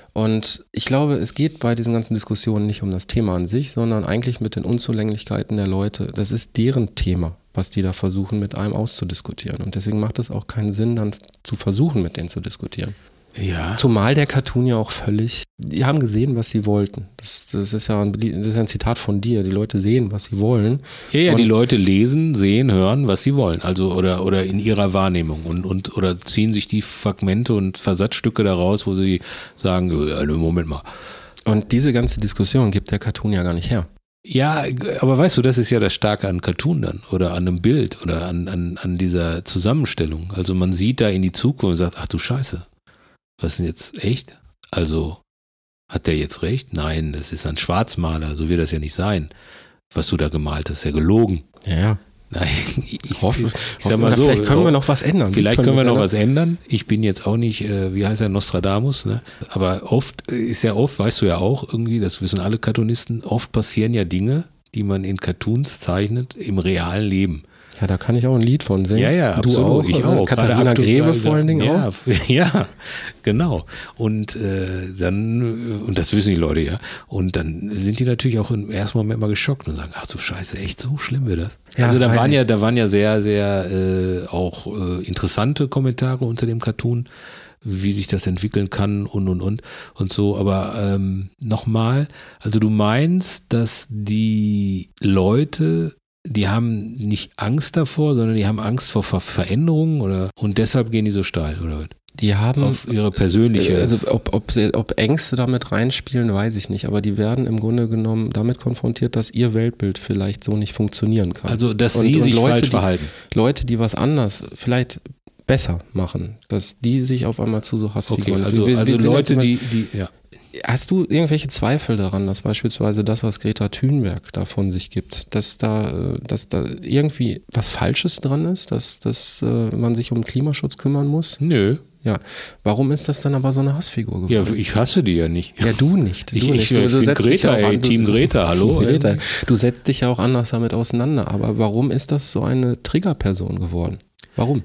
Und ich glaube, es geht bei diesen ganzen Diskussionen nicht um das Thema an sich, sondern eigentlich mit den Unzulänglichkeiten der Leute. Das ist deren Thema, was die da versuchen, mit einem auszudiskutieren. Und deswegen macht es auch keinen Sinn, dann zu versuchen, mit denen zu diskutieren. Ja. Zumal der Cartoon ja auch völlig, die haben gesehen, was sie wollten. Das, das, ist ja ein, belie- das ist ja ein Zitat von dir. Die Leute sehen, was sie wollen. Ja, ja, Und- die Leute lesen, sehen, hören, was sie wollen. Also oder oder in ihrer Wahrnehmung und und oder ziehen sich die Fragmente und Versatzstücke daraus, wo sie sagen, ja, Moment mal. Und diese ganze Diskussion gibt der Cartoon ja gar nicht her. Ja, aber weißt du, das ist ja das Starke an Cartoon dann oder an einem Bild oder an an an dieser Zusammenstellung. Also man sieht da in die Zukunft und sagt, ach du Scheiße, was ist denn jetzt echt? Also hat der jetzt recht? Nein, das ist ein Schwarzmaler, so wird das ja nicht sein. Was du da gemalt hast, ist ja gelogen. Ja, ja. Nein, ich, ich, Hoffe, ich sag mal so, vielleicht können wir noch was ändern. Wie vielleicht können wir das noch ändern? was ändern. Ich bin jetzt auch nicht, äh, wie heißt er, Nostradamus, ne? Aber oft äh, ist ja oft, weißt du ja auch irgendwie, das wissen alle Cartoonisten, oft passieren ja Dinge, die man in Cartoons zeichnet, im realen Leben. Ja, da kann ich auch ein Lied von singen. Ja, ja, du absolut. auch, Ich oder? auch. Katharina Gerade aktuell, Greve vor allen Dingen ja, auch. Ja, genau. Und äh, dann, und das wissen die Leute ja, und dann sind die natürlich auch im ersten Moment mal geschockt und sagen, ach du Scheiße, echt so schlimm wird das? Ja, also da weiß waren ich. ja, da waren ja sehr, sehr äh, auch äh, interessante Kommentare unter dem Cartoon, wie sich das entwickeln kann und und und und so. Aber ähm, nochmal, also du meinst, dass die Leute, die haben nicht Angst davor, sondern die haben Angst vor Ver Veränderungen oder und deshalb gehen die so steil, oder was? Die haben Auf ihre persönliche. Also ob, ob, sie, ob Ängste damit reinspielen, weiß ich nicht. Aber die werden im Grunde genommen damit konfrontiert, dass ihr Weltbild vielleicht so nicht funktionieren kann. Also, dass Und- sie und sich Leute, falsch die- verhalten. Leute, die was anders vielleicht besser machen, dass die sich auf einmal zu so Okay, Hassfiguren. also, Wir- wir also sind ja Leute, zum die, die, ja. Hast du irgendwelche Zweifel daran, dass beispielsweise das, was Greta Thunberg da von sich gibt, dass da, äh, dass da irgendwie was Falsches dran ist, dass, dass äh, man sich um Klimaschutz kümmern muss? Nö. Ja. Warum ist das dann aber so eine Hassfigur Ja, geworden? ich hasse die ja nicht. Ja, du nicht. Du Ich- nicht. ich- Du, ich du bin setzt dich Greta, ja auch ey, an, du- Team Greta, hallo? Team Greta. Du setzt dich ja auch anders damit auseinander. Aber warum ist das so eine Triggerperson geworden? Warum?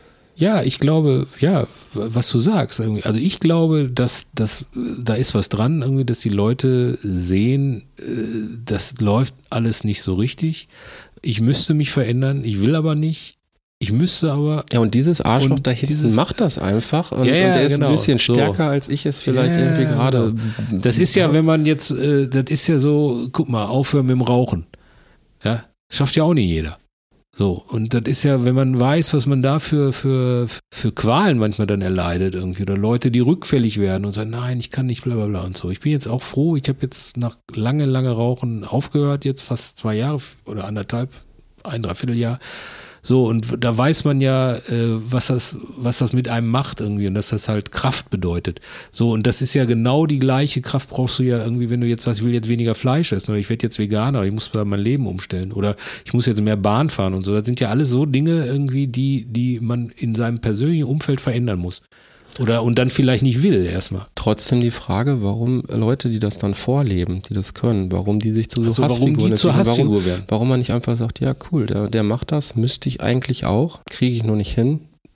Ja, ich glaube, ja, was du sagst. Irgendwie. Also ich glaube, dass, dass da ist was dran, irgendwie, dass die Leute sehen, äh, das läuft alles nicht so richtig. Ich müsste mich verändern, ich will aber nicht. Ich müsste aber. Ja, und dieses Arschloch Und da hinten dieses- macht das einfach und, Ja, ja, und der ist genau, ein bisschen so. stärker, als ich es vielleicht Ja, irgendwie gerade. Das ist ja, wenn man jetzt, äh, das ist ja so, guck mal, aufhören mit dem Rauchen. Ja, schafft ja auch nicht jeder. So, und das ist ja, wenn man weiß, was man da für, für, für Qualen manchmal dann erleidet irgendwie, oder Leute, die rückfällig werden und sagen, nein, ich kann nicht, bla bla bla und so. Ich bin jetzt auch froh, ich habe jetzt nach lange, lange Rauchen aufgehört, jetzt fast zwei Jahre oder anderthalb, ein, dreiviertel Jahr. So, und da weiß man ja, äh, was das, was das mit einem macht irgendwie und dass das halt Kraft bedeutet. So, und das ist ja genau die gleiche Kraft brauchst du ja irgendwie, wenn du jetzt sagst, ich will jetzt weniger Fleisch essen oder ich werde jetzt Veganer oder ich muss da mein Leben umstellen oder ich muss jetzt mehr Bahn fahren und so. Das sind ja alles so Dinge irgendwie, die, die man in seinem persönlichen Umfeld verändern muss. Oder und dann vielleicht nicht will erstmal. Trotzdem die Frage, warum Leute, die das dann vorleben, die das können, warum die sich zu so also Hassfiguren warum die zur Hassfigur warum, werden. Warum man nicht einfach sagt, ja cool, der, der macht das, müsste ich eigentlich auch, kriege ich nur nicht hin.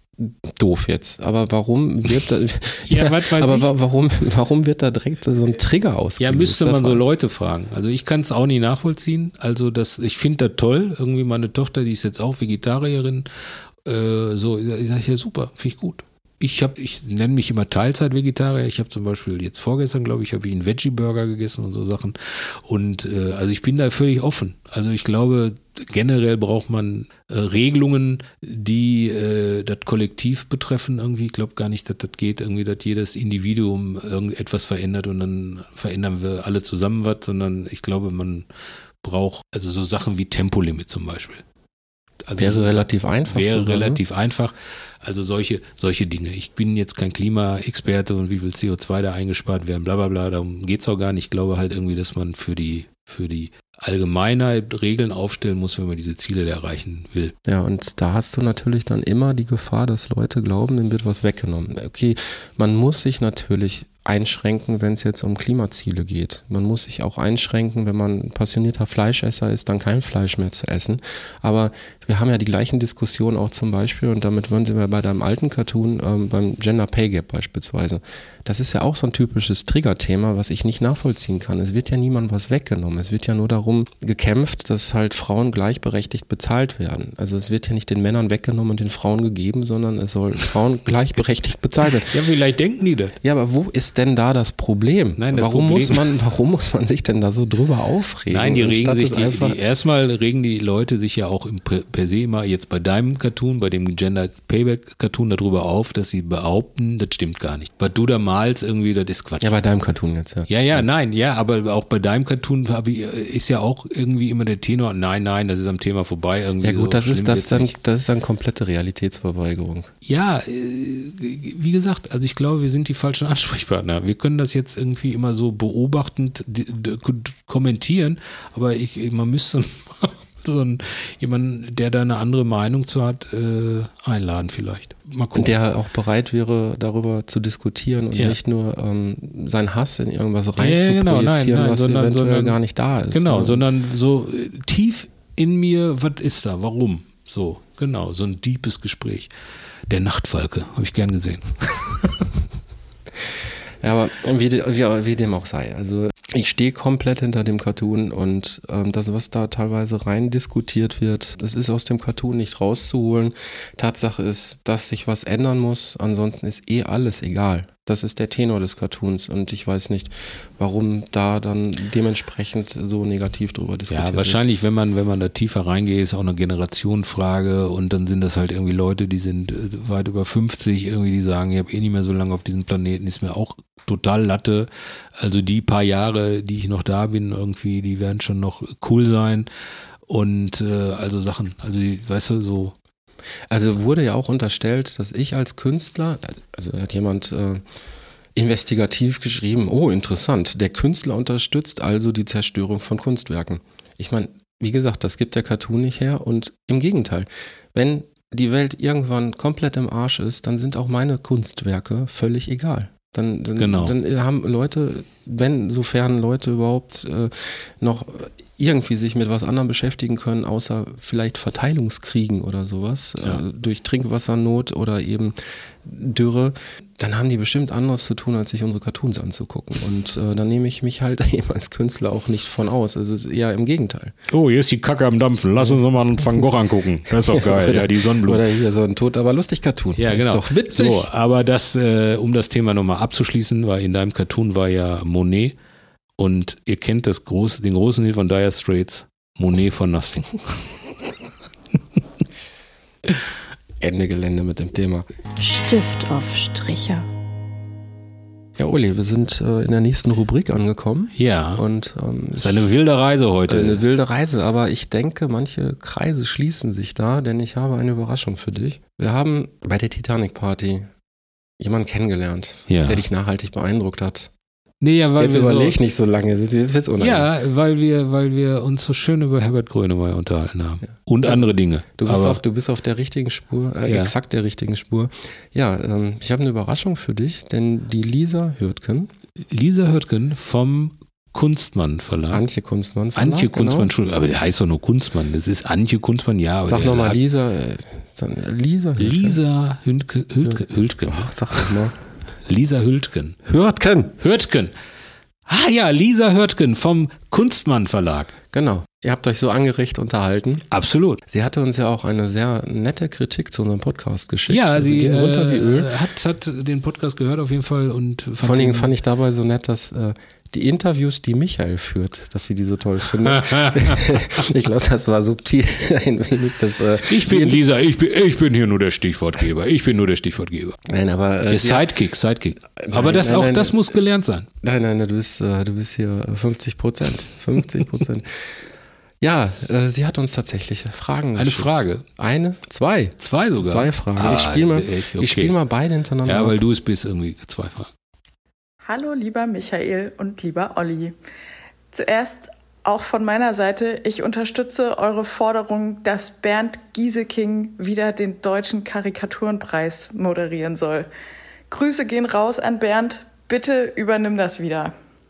Doof jetzt, aber warum wird da, ja, ja, was weiß aber ich. warum, warum wird da direkt so ein Trigger ausgelöst? Ja, müsste man so Leute fragen. Also ich kann es auch nicht nachvollziehen. Also das, ich finde das toll. Irgendwie meine Tochter, die ist jetzt auch Vegetarierin. Äh, so, ich sage ja super, finde ich gut. Ich habe, ich nenne mich immer Teilzeit-Vegetarier. Ich habe zum Beispiel jetzt vorgestern, glaube ich, habe ich einen Veggie-Burger gegessen und so Sachen. Und äh, also ich bin da völlig offen. Also ich glaube, generell braucht man äh, Regelungen, die äh, das Kollektiv betreffen irgendwie. Ich glaube gar nicht, dass das geht, irgendwie, dass jedes Individuum irgendetwas verändert und dann verändern wir alle zusammen was, sondern ich glaube, man braucht also so Sachen wie Tempolimit zum Beispiel. Also wäre so, relativ einfach. Wäre sogar, relativ ne? einfach. Also solche, solche Dinge. Ich bin jetzt kein Klimaexperte und wie viel C O zwei da eingespart werden, bla bla bla, darum geht's auch gar nicht. Ich glaube halt irgendwie, dass man für die, für die Allgemeinheit Regeln aufstellen muss, wenn man diese Ziele erreichen will. Ja, und da hast du natürlich dann immer die Gefahr, dass Leute glauben, dem wird was weggenommen. Okay, man muss sich natürlich einschränken, wenn es jetzt um Klimaziele geht. Man muss sich auch einschränken, wenn man passionierter Fleischesser ist, dann kein Fleisch mehr zu essen. Aber wir haben ja die gleichen Diskussionen auch zum Beispiel, und damit waren wir bei deinem alten Cartoon, ähm, beim Gender Pay Gap beispielsweise. Das ist ja auch so ein typisches Triggerthema, was ich nicht nachvollziehen kann. Es wird ja niemandem was weggenommen. Es wird ja nur darum gekämpft, dass halt Frauen gleichberechtigt bezahlt werden. Also es wird ja nicht den Männern weggenommen und den Frauen gegeben, sondern es soll Frauen gleichberechtigt bezahlt werden. Ja, vielleicht denken die das. Ja, aber wo ist denn da das Problem? Nein, das warum Problem. muss man, warum muss man sich denn da so drüber aufregen? Nein, die regen Anstatt sich, es die, einfach die, erstmal regen die Leute sich ja auch im, per se immer jetzt bei deinem Cartoon, bei dem Gender Payback Cartoon darüber auf, dass sie behaupten, das stimmt gar nicht. Was du da malst irgendwie, das ist Quatsch. Ja, bei deinem Cartoon jetzt, ja. Ja, ja, nein, ja, aber auch bei deinem Cartoon hab ich, ist ja auch irgendwie immer der Tenor, nein, nein, das ist am Thema vorbei. Irgendwie Ja gut, so das ist schlimm das wird's dann, nicht. das ist dann komplette Realitätsverweigerung. Ja, äh, wie gesagt, also ich glaube, wir sind die falschen Ansprechpartner. Wir können das jetzt irgendwie immer so beobachtend d- d- kommentieren, aber ich, man müsste so einen, jemanden, der da eine andere Meinung zu hat, äh, einladen vielleicht. Mal gucken. Der auch bereit wäre, darüber zu diskutieren und Ja. nicht nur ähm, seinen Hass in irgendwas rein Ja, ja, zu genau, nein, projizieren, nein, was sondern- eventuell sondern- gar nicht da ist. Genau, ne? sondern so äh, tief in mir, was ist da, warum? So, genau, so ein deepes Gespräch. Der Nachtfalke, habe ich gern gesehen. Ja, aber wie, de- wie, wie dem auch sei. Also ich stehe komplett hinter dem Cartoon und ähm, das, was da teilweise rein diskutiert wird, das ist aus dem Cartoon nicht rauszuholen. Tatsache ist, dass sich was ändern muss, ansonsten ist eh alles egal. Das ist der Tenor des Cartoons und ich weiß nicht, warum da dann dementsprechend so negativ drüber diskutiert Ja, wahrscheinlich, wenn man, wenn man da tiefer reingeht, ist auch eine Generationenfrage und dann sind das halt irgendwie Leute, die sind äh, weit über fünfzig, irgendwie, die sagen, ich habe eh nicht mehr so lange auf diesem Planeten, ist mir auch total Latte. Also die paar Jahre, die ich noch da bin, irgendwie, die werden schon noch cool sein und äh, also Sachen, also die, weißt du, so. Also wurde ja auch unterstellt, dass ich als Künstler, also hat jemand äh, investigativ geschrieben, oh interessant, der Künstler unterstützt also die Zerstörung von Kunstwerken. Ich meine, wie gesagt, das gibt der Cartoon nicht her und im Gegenteil, wenn die Welt irgendwann komplett im Arsch ist, dann sind auch meine Kunstwerke völlig egal. Dann, dann, Genau. dann haben Leute, wenn, sofern Leute überhaupt äh, noch irgendwie sich mit was anderem beschäftigen können, außer vielleicht Verteilungskriegen oder sowas, Ja. äh, durch Trinkwassernot oder eben Dürre, dann haben die bestimmt anderes zu tun, als sich unsere Cartoons anzugucken. Und äh, dann nehme ich mich halt eben als Künstler auch nicht von aus. Also es ist eher im Gegenteil. Oh, hier ist die Kacke am Dampfen, lass uns nochmal einen Van Gogh angucken. Das ist doch geil, Oder- ja, die Sonnenblume. Oder hier so ein Tot, aber lustig Cartoon. Ja, Das genau. Ist doch witzig. So, aber das, äh, um das Thema nochmal abzuschließen, weil in deinem Cartoon war ja Monet und ihr kennt das große, den großen Hit von Dire Straits, Monet for Nothing. Ende Gelände mit dem Thema. Stiftaufstricher. Ja, Uli, wir sind äh, in der nächsten Rubrik angekommen. Ja. Und ähm, Das ist eine wilde Reise heute. Eine wilde Reise, aber ich denke, manche Kreise schließen sich da, denn ich habe eine Überraschung für dich. Wir haben bei der Titanic-Party jemanden kennengelernt, Ja. der dich nachhaltig beeindruckt hat. Nee, ja, weil Jetzt wir überleg so, nicht so lange, jetzt wird's unangenehm. Ja, weil wir, weil wir uns so schön über Herbert Grönemeyer unterhalten haben. Ja. Und andere Dinge. Du bist, Aber auf, du bist auf der richtigen Spur, äh, Ja. exakt der richtigen Spur. Ja, ähm, ich habe eine Überraschung für dich, denn die Lisa Hürtgen, Lisa Hürtgen vom Kunstmann Verlag. Antje Kunstmann Verlag, Antje Kunstmann, genau. Entschuldigung, aber der heißt doch nur Kunstmann. Das ist Antje Kunstmann, ja. Aber Sag der nochmal Lag- Lisa, äh, sag- Lisa Hürtgen. Lisa Hündke, Hüldke, Hüldgen. Ach, sag doch mal. Lisa Hüldgen. Hürtgen. Hürtgen. Ah ja, Lisa Hürtgen vom Kunstmann Verlag. Genau. Ihr habt euch so angeregt unterhalten. Absolut. Sie hatte uns ja auch eine sehr nette Kritik zu unserem Podcast geschickt. Ja, Also sie ging runter wie Öl. äh, hat, hat den Podcast gehört auf jeden Fall und fand Vor allen Dingen den- fand ich dabei so nett, dass äh, die Interviews, die Michael führt, dass sie die so toll findet. Ich glaube, das war subtil ein wenig. Das, äh, Ich bin die- Lisa, ich bin, ich bin hier nur der Stichwortgeber. Ich bin nur der Stichwortgeber. Nein, aber äh, Der sie- Sidekick, Sidekick. Aber Nein, das nein, auch, nein. das muss gelernt sein. Nein, nein, nein, du bist, äh, du bist hier fünfzig Prozent. fünfzig Prozent. Ja, äh, sie hat uns tatsächlich Fragen Eine geschickt. Frage. Eine? Zwei. Zwei sogar. Zwei Fragen. Ah, ich spiele mal, echt? Okay. ich spiel mal beide hintereinander. Ja, ab. weil du es bist, irgendwie zwei Fragen. Hallo lieber Michael und lieber Olli. Zuerst auch von meiner Seite, ich unterstütze eure Forderung, dass Bernd Gieseking wieder den Deutschen Karikaturenpreis moderieren soll. Grüße gehen raus an Bernd, bitte übernimm das wieder.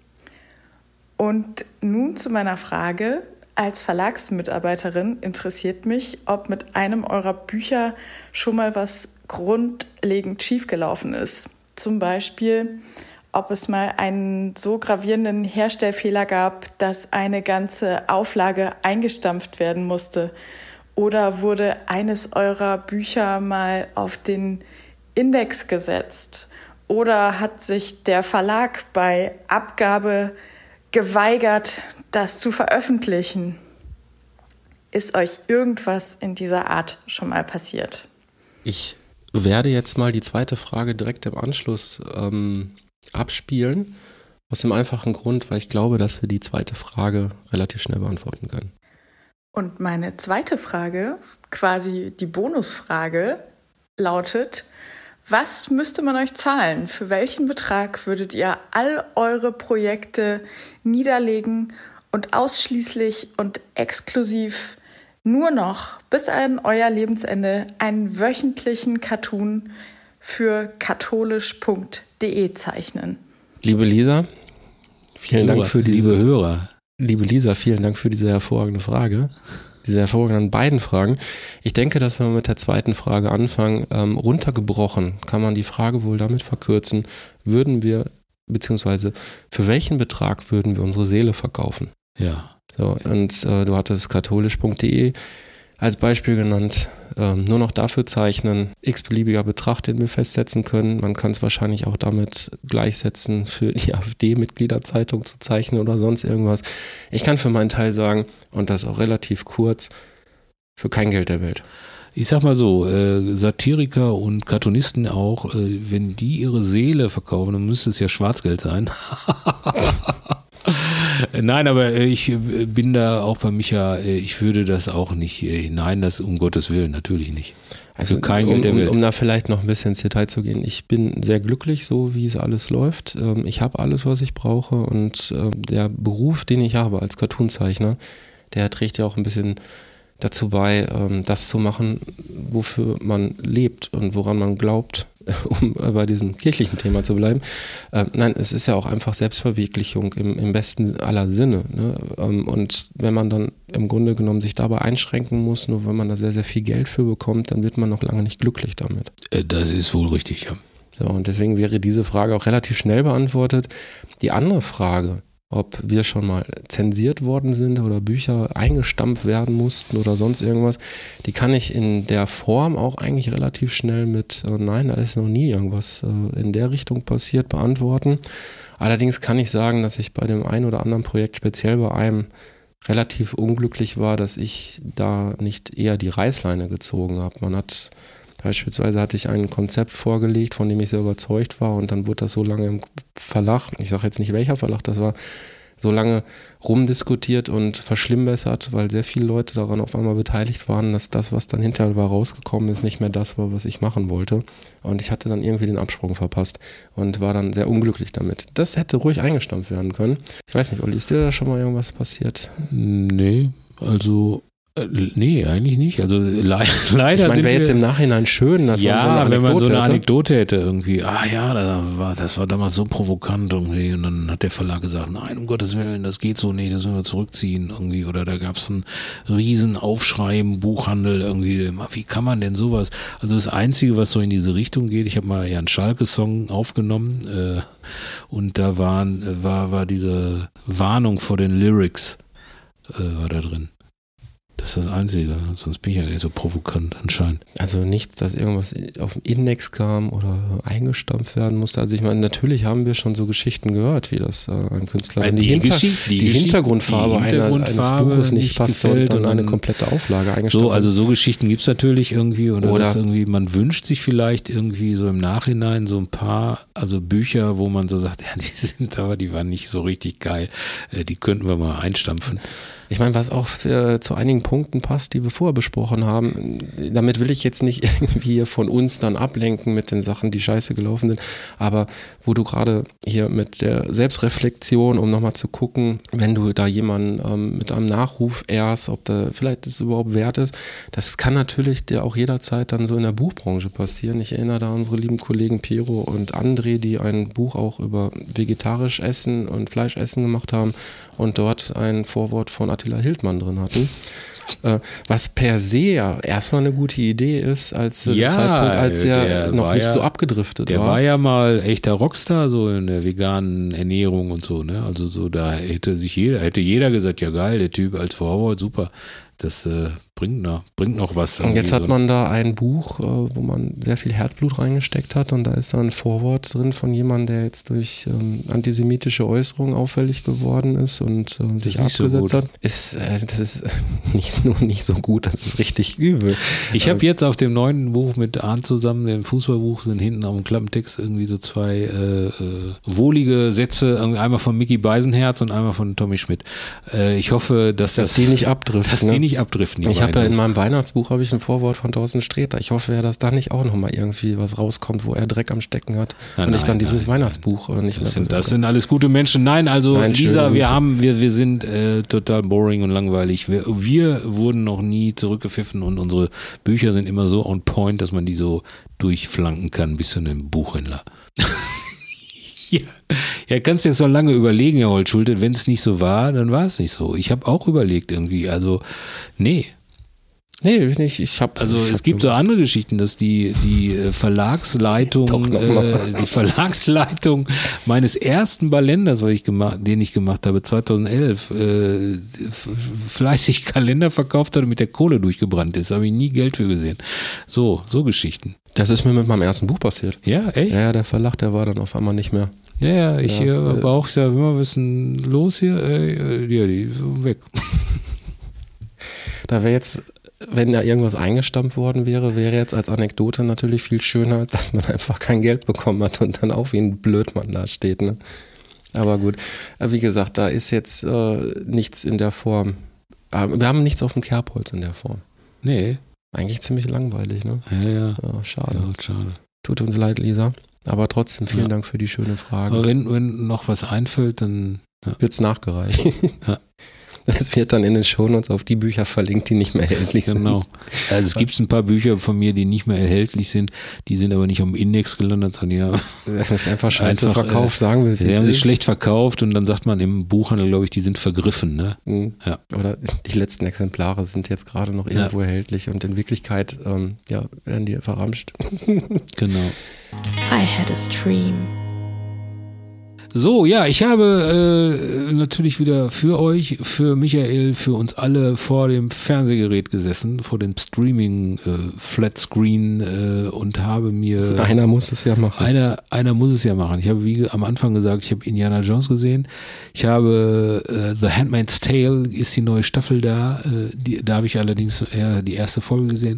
Und nun zu meiner Frage. Als Verlagsmitarbeiterin interessiert mich, ob mit einem eurer Bücher schon mal was grundlegend schiefgelaufen ist. Zum Beispiel, ob es mal einen so gravierenden Herstellfehler gab, dass eine ganze Auflage eingestampft werden musste. Oder wurde eines eurer Bücher mal auf den Index gesetzt? Oder hat sich der Verlag bei Abgabe geweigert, das zu veröffentlichen? Ist euch irgendwas in dieser Art schon mal passiert? Ich werde jetzt mal die zweite Frage direkt im Anschluss ähm, abspielen. Aus dem einfachen Grund, weil ich glaube, dass wir die zweite Frage relativ schnell beantworten können. Und meine zweite Frage, quasi die Bonusfrage, lautet: Was müsste man euch zahlen? Für welchen Betrag würdet ihr all eure Projekte niederlegen und ausschließlich und exklusiv nur noch bis an euer Lebensende einen wöchentlichen Cartoon für katholisch punkt de zeichnen? Liebe Lisa, vielen Dank für diese, liebe Hörer. Liebe Lisa, vielen Dank für diese hervorragende Frage. Diese hervorragenden beiden Fragen. Ich denke, dass wir mit der zweiten Frage anfangen. Ähm, runtergebrochen kann man die Frage wohl damit verkürzen, würden wir, beziehungsweise für welchen Betrag würden wir unsere Seele verkaufen? Ja. So, und äh, du hattest katholisch punkt de als Beispiel genannt. Ähm, nur noch dafür zeichnen, x-beliebiger Betrag, den wir festsetzen können. Man kann es wahrscheinlich auch damit gleichsetzen, für die AfD-Mitgliederzeitung zu zeichnen oder sonst irgendwas. Ich kann für meinen Teil sagen, und das auch relativ kurz, für kein Geld der Welt. Ich sag mal so, äh, Satiriker und Cartoonisten auch, äh, wenn die ihre Seele verkaufen, dann müsste es ja Schwarzgeld sein. Nein, aber äh, ich äh, bin da auch bei Micha, äh, ich würde das auch nicht äh, hinein, das um Gottes Willen, natürlich nicht. Also kein um, Geld der um, Welt. um da vielleicht noch ein bisschen ins Detail zu gehen, ich bin sehr glücklich, so wie es alles läuft. Ähm, ich habe alles, was ich brauche, und ähm, der Beruf, den ich habe als Cartoonzeichner, der trägt ja auch ein bisschen dazu bei, ähm, das zu machen, wofür man lebt und woran man glaubt, um bei diesem kirchlichen Thema zu bleiben. Äh, nein, es ist ja auch einfach Selbstverwirklichung im, im besten aller Sinne. Ne? Ähm, und wenn man dann im Grunde genommen sich dabei einschränken muss, nur weil man da sehr, sehr viel Geld für bekommt, dann wird man noch lange nicht glücklich damit. Äh, das ist wohl richtig, ja. So, und deswegen wäre diese Frage auch relativ schnell beantwortet. Die andere Frage, ob wir schon mal zensiert worden sind oder Bücher eingestampft werden mussten oder sonst irgendwas, die kann ich in der Form auch eigentlich relativ schnell mit äh, nein, da ist noch nie irgendwas äh, in der Richtung passiert, beantworten. Allerdings kann ich sagen, dass ich bei dem einen oder anderen Projekt, speziell bei einem, relativ unglücklich war, dass ich da nicht eher die Reißleine gezogen habe. Man hat beispielsweise hatte ich ein Konzept vorgelegt, von dem ich sehr überzeugt war und dann wurde das so lange im Verlag, ich sage jetzt nicht welcher Verlag das war, so lange rumdiskutiert und verschlimmbessert, weil sehr viele Leute daran auf einmal beteiligt waren, dass das, was dann hinterher war rausgekommen ist, nicht mehr das war, was ich machen wollte. Und ich hatte dann irgendwie den Absprung verpasst und war dann sehr unglücklich damit. Das hätte ruhig eingestampft werden können. Ich weiß nicht, Olli, ist dir da schon mal irgendwas passiert? Nee, also Äh, nee, eigentlich nicht. Also le leider. Ich meine, wäre jetzt im Nachhinein schön, dass ja, man so eine Anekdote wenn man so eine hätte. Anekdote hätte irgendwie. Ah ja, das war, das war damals so provokant irgendwie. Und dann hat der Verlag gesagt, nein, um Gottes Willen, das geht so nicht, das müssen wir zurückziehen irgendwie. Oder da gab es einen riesen Aufschrei im Buchhandel irgendwie. Wie kann man denn sowas? Also das Einzige, was so in diese Richtung geht, ich habe mal ja einen Schalke-Song aufgenommen äh, und da waren, war, war diese Warnung vor den Lyrics äh, war da drin. Das ist das Einzige, sonst bin ich ja nicht so provokant anscheinend. Also nichts, dass irgendwas auf den Index kam oder eingestampft werden musste. Also ich meine, natürlich haben wir schon so Geschichten gehört, wie das äh, ein Künstler, wenn die, die, Hinter Geschichte, die, die Geschichte, Hintergrundfarbe, die Hintergrundfarbe einer, eines Buches nicht, nicht passt und dann eine komplette Auflage eingestampft. So, also so Geschichten gibt es natürlich irgendwie oder, oder das irgendwie, man wünscht sich vielleicht irgendwie so im Nachhinein so ein paar, also Bücher, wo man so sagt, ja, die sind aber, die waren nicht so richtig geil, äh, die könnten wir mal einstampfen. Ich meine, was auch äh, zu einigen Punkten passt, die wir vorher besprochen haben, damit will ich jetzt nicht irgendwie von uns dann ablenken mit den Sachen, die scheiße gelaufen sind, aber wo du gerade hier mit der Selbstreflexion, um nochmal zu gucken, wenn du da jemanden ähm, mit einem Nachruf ehrst, ob da vielleicht das überhaupt wert ist, das kann natürlich dir auch jederzeit dann so in der Buchbranche passieren. Ich erinnere da an unsere lieben Kollegen Piero und André, die ein Buch auch über vegetarisch Essen und Fleischessen gemacht haben und dort ein Vorwort von Attila Hildmann drin hatten, äh, was per se ja erstmal eine gute Idee ist, als ja, Zeitpunkt, als er noch nicht ja, so abgedriftet der war. Der war ja mal echter Rockstar, so in der veganen Ernährung und so, ne? Also so, da hätte sich jeder, hätte jeder gesagt, ja geil, der Typ als Vorwort, super. Das äh, bringt, noch, bringt noch was. Und jetzt hat man da ein Buch, äh, wo man sehr viel Herzblut reingesteckt hat und da ist da ein Vorwort drin von jemandem, der jetzt durch ähm, antisemitische Äußerungen auffällig geworden ist und äh, sich abgesetzt so hat. Ist, äh, das ist nicht nur nicht so gut, das ist richtig übel. Ich habe jetzt auf dem neuen Buch mit Arndt zusammen, dem Fußballbuch, sind hinten auf dem Klappentext irgendwie so zwei äh, äh, wohlige Sätze, einmal von Micky Beisenherz und einmal von Tommy Schmidt. Äh, ich hoffe, dass, dass das, die nicht abdriften. Dass ne? die nicht abdriften. Ich habe ja in meinem Weihnachtsbuch habe ich ein Vorwort von Thorsten Sträter. Ich hoffe ja, dass da nicht auch nochmal irgendwie was rauskommt, wo er Dreck am Stecken hat nein, und ich dann nein, dieses nein, Weihnachtsbuch nein. nicht das mehr sind, Das sind alles gute Menschen. Nein, also nein, Lisa, schön. wir haben, wir, wir sind äh, total boring und langweilig. Wir, wir wurden noch nie zurückgepfiffen und unsere Bücher sind immer so on point, dass man die so durchflanken kann bis zu einem Buchhändler. Ja, ja, kannst jetzt so lange überlegen, Herr Holtschulte, wenn es nicht so war, dann war es nicht so. Ich habe auch überlegt irgendwie, also nee. Nee, nicht. Ich habe also ich es hab gibt so andere Geschichten, dass die die Verlagsleitung äh, die Verlagsleitung meines ersten Ballenders, was ich gemacht, den ich gemacht habe zweitausendelf, äh, fleißig Kalender verkauft hat und mit der Kohle durchgebrannt ist. Habe ich nie Geld für gesehen. So, so Geschichten. Das ist mir mit meinem ersten Buch passiert. Ja, echt? Ja, der Verlag, der war dann auf einmal nicht mehr. Ja, ja, ich ja, äh, aber auch, ich sag immer, was ist denn los hier? Äh, ja, die sind weg. Da wäre jetzt, wenn da irgendwas eingestampft worden wäre, wäre jetzt als Anekdote natürlich viel schöner, dass man einfach kein Geld bekommen hat und dann auch wie ein Blödmann da steht. Ne? Aber gut, wie gesagt, da ist jetzt äh, nichts in der Form. Wir haben nichts auf dem Kerbholz in der Form. Nee. Eigentlich ziemlich langweilig, ne? Ja, ja. Ja, schade. Ja, schade. Tut uns leid, Lisa. Aber trotzdem vielen ja. Dank für die schöne Frage. Aber wenn, wenn noch was einfällt, dann ja. wird's nachgereicht. Ja. Es wird dann in den Shownotes auf die Bücher verlinkt, die nicht mehr erhältlich sind. Genau. Also es gibt ein paar Bücher von mir, die nicht mehr erhältlich sind, die sind aber nicht am Index gelandet, sondern ja. Das ist einfach scheiße einfach, verkauft, äh, sagen wir. Die haben sich schlecht verkauft und dann sagt man im Buchhandel, glaube ich, die sind vergriffen, ne? Mhm. Ja. Oder die letzten Exemplare sind jetzt gerade noch irgendwo ja. erhältlich und in Wirklichkeit ähm, ja, werden die verramscht. Genau. I had a stream. So, ja, ich habe äh, natürlich wieder für euch, für Michael, für uns alle vor dem Fernsehgerät gesessen, vor dem Streaming äh, Flatscreen äh, und habe mir... Einer muss es ja machen. Einer, einer muss es ja machen. Ich habe, wie am Anfang gesagt, ich habe Indiana Jones gesehen. Ich habe äh, The Handmaid's Tale, ist die neue Staffel da. Äh, die, da habe ich allerdings eher die erste Folge gesehen.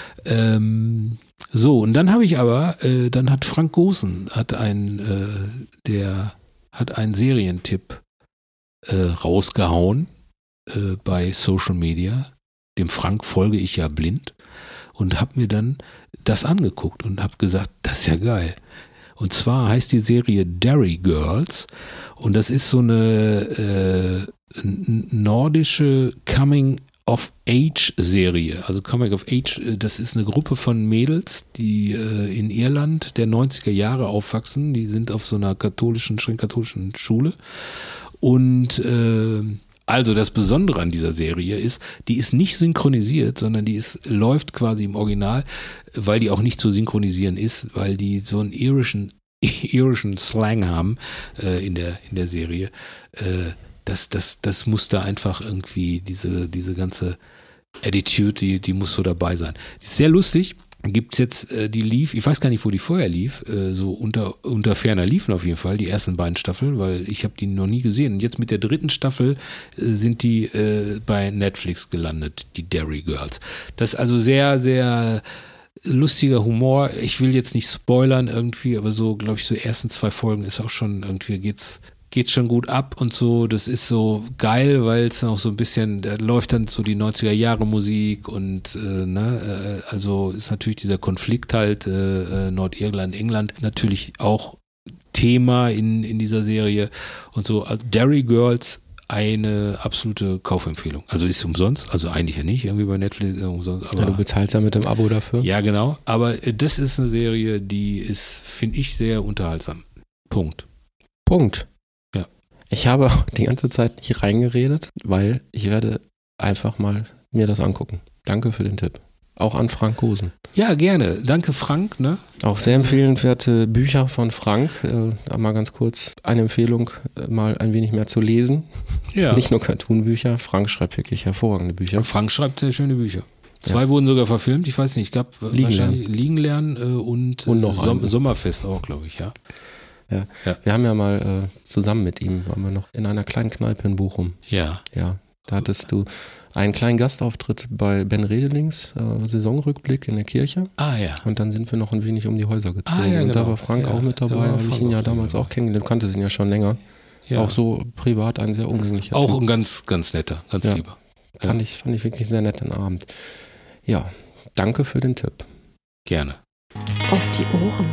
Ähm, so, und dann habe ich aber, äh, dann hat Frank Goosen, hat ein, äh, der... hat einen Serientipp äh, rausgehauen äh, bei Social Media. Dem Frank folge ich ja blind und habe mir dann das angeguckt und habe gesagt, das ist ja geil. Und zwar heißt die Serie Derry Girls und das ist so eine äh, nordische Coming Of-Age-Serie, also Coming of Age, das ist eine Gruppe von Mädels, die äh, in Irland der neunziger Jahre aufwachsen, die sind auf so einer katholischen, streng katholischen Schule und äh, also das Besondere an dieser Serie ist, die ist nicht synchronisiert, sondern die ist, läuft quasi im Original, weil die auch nicht zu synchronisieren ist, weil die so einen irischen, irischen Slang haben äh, in der, in der Serie, äh, Das, das, das muss da einfach irgendwie, diese, diese ganze Attitude, die, die muss so dabei sein. Die ist sehr lustig. Gibt's jetzt, äh, die lief, ich weiß gar nicht, wo die vorher lief, äh, so unter, unter ferner liefen auf jeden Fall, die ersten beiden Staffeln, weil ich habe die noch nie gesehen. Und jetzt mit der dritten Staffel äh, sind die äh, bei Netflix gelandet, die Derry Girls. Das ist also sehr, sehr lustiger Humor. Ich will jetzt nicht spoilern irgendwie, aber so, glaube ich, so die ersten zwei Folgen ist auch schon irgendwie, geht's geht schon gut ab und so, das ist so geil, weil es noch so ein bisschen, da läuft dann so die neunziger Jahre Musik und äh, ne, äh, also ist natürlich dieser Konflikt halt äh, Nordirland, England natürlich auch Thema in, in dieser Serie und so. Also Derry Girls, eine absolute Kaufempfehlung. Also ist umsonst, also eigentlich ja nicht, irgendwie bei Netflix umsonst. Aber ja, du bezahlst ja mit dem Abo dafür. Ja, genau, aber das ist eine Serie, die ist, finde ich, sehr unterhaltsam. Punkt. Punkt. Ich habe die ganze Zeit nicht reingeredet, weil ich werde einfach mal mir das angucken. Danke für den Tipp. Auch an Frank Goosen. Ja, gerne. Danke, Frank. Ne? Auch sehr empfehlenswerte Bücher von Frank. Äh, mal ganz kurz eine Empfehlung, äh, mal ein wenig mehr zu lesen. Ja. Nicht nur Cartoon-Bücher. Frank schreibt wirklich hervorragende Bücher. Frank schreibt sehr schöne Bücher. Zwei ja. wurden sogar verfilmt. Ich weiß nicht, es gab Liegen wahrscheinlich lernen. Liegen lernen äh, und, und noch Som- Sommerfest auch, glaube ich, ja. Ja. ja, wir haben ja mal äh, zusammen mit ihm, waren wir noch in einer kleinen Kneipe in Bochum. Ja. Ja, da hattest du einen kleinen Gastauftritt bei Ben Redelings äh, Saisonrückblick in der Kirche. Ah ja. Und dann sind wir noch ein wenig um die Häuser gezogen. Ah, ja, und genau. da war Frank ja, auch mit dabei, habe ich ihn ja damals dabei. auch kennengelernt, kannte ihn ja schon länger. Ja. Auch so privat ein sehr umgänglicher Auch Typ. ein ganz, ganz netter, ganz ja. lieber. Ja. Fand, ich, fand ich wirklich sehr nett den Abend. Ja, danke für den Tipp. Gerne. Auf die Ohren.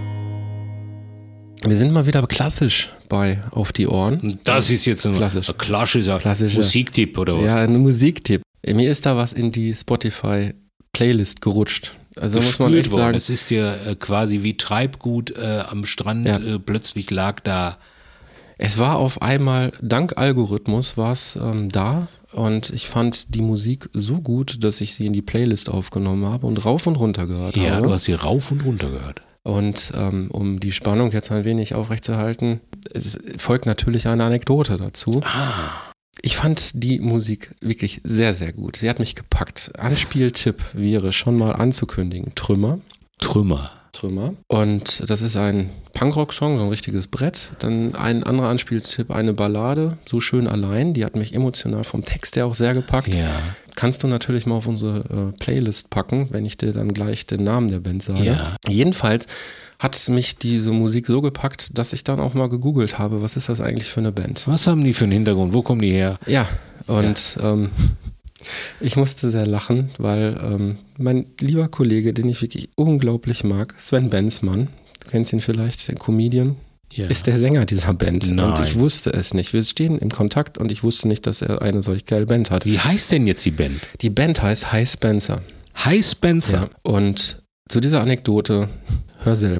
Wir sind mal wieder klassisch bei Auf die Ohren. Das ist jetzt ein klassisch. klassischer, klassischer Musiktipp oder was? Ja, ein Musiktipp. Mir ist da was in die Spotify-Playlist gerutscht. Also muss man echt sagen. Das ist ja äh, quasi wie Treibgut äh, am Strand. Ja. Äh, plötzlich lag da. Es war auf einmal, dank Algorithmus war es ähm, da. Und ich fand die Musik so gut, dass ich sie in die Playlist aufgenommen habe und rauf und runter gehört ja, habe. Ja, du hast sie rauf und runter gehört. Und ähm, um die Spannung jetzt ein wenig aufrechtzuerhalten, es folgt natürlich eine Anekdote dazu. Ah. Ich fand die Musik wirklich sehr, sehr gut. Sie hat mich gepackt. Anspieltipp wäre schon mal anzukündigen. Trümmer. Trümmer. Trümmer. Und das ist ein Punkrock-Song, so ein richtiges Brett. Dann ein anderer Anspieltipp, eine Ballade, So schön allein. Die hat mich emotional vom Text her auch sehr gepackt. Ja. Kannst du natürlich mal auf unsere äh, Playlist packen, wenn ich dir dann gleich den Namen der Band sage. Ja. Jedenfalls hat mich diese Musik so gepackt, dass ich dann auch mal gegoogelt habe, was ist das eigentlich für eine Band? Was haben die für einen Hintergrund? Wo kommen die her? Ja, und ja. Ähm, ich musste sehr lachen, weil ähm, mein lieber Kollege, den ich wirklich unglaublich mag, Sven Benzmann, du kennst ihn vielleicht, der Comedian, ja. ist der Sänger dieser Band. Nein. Und ich wusste es nicht. Wir stehen im Kontakt und ich wusste nicht, dass er eine solch geile Band hat. Wie heißt denn jetzt die Band? Die Band heißt Hi Spencer. Hi Spencer? Ja. Und zu dieser Anekdote, hör selbst.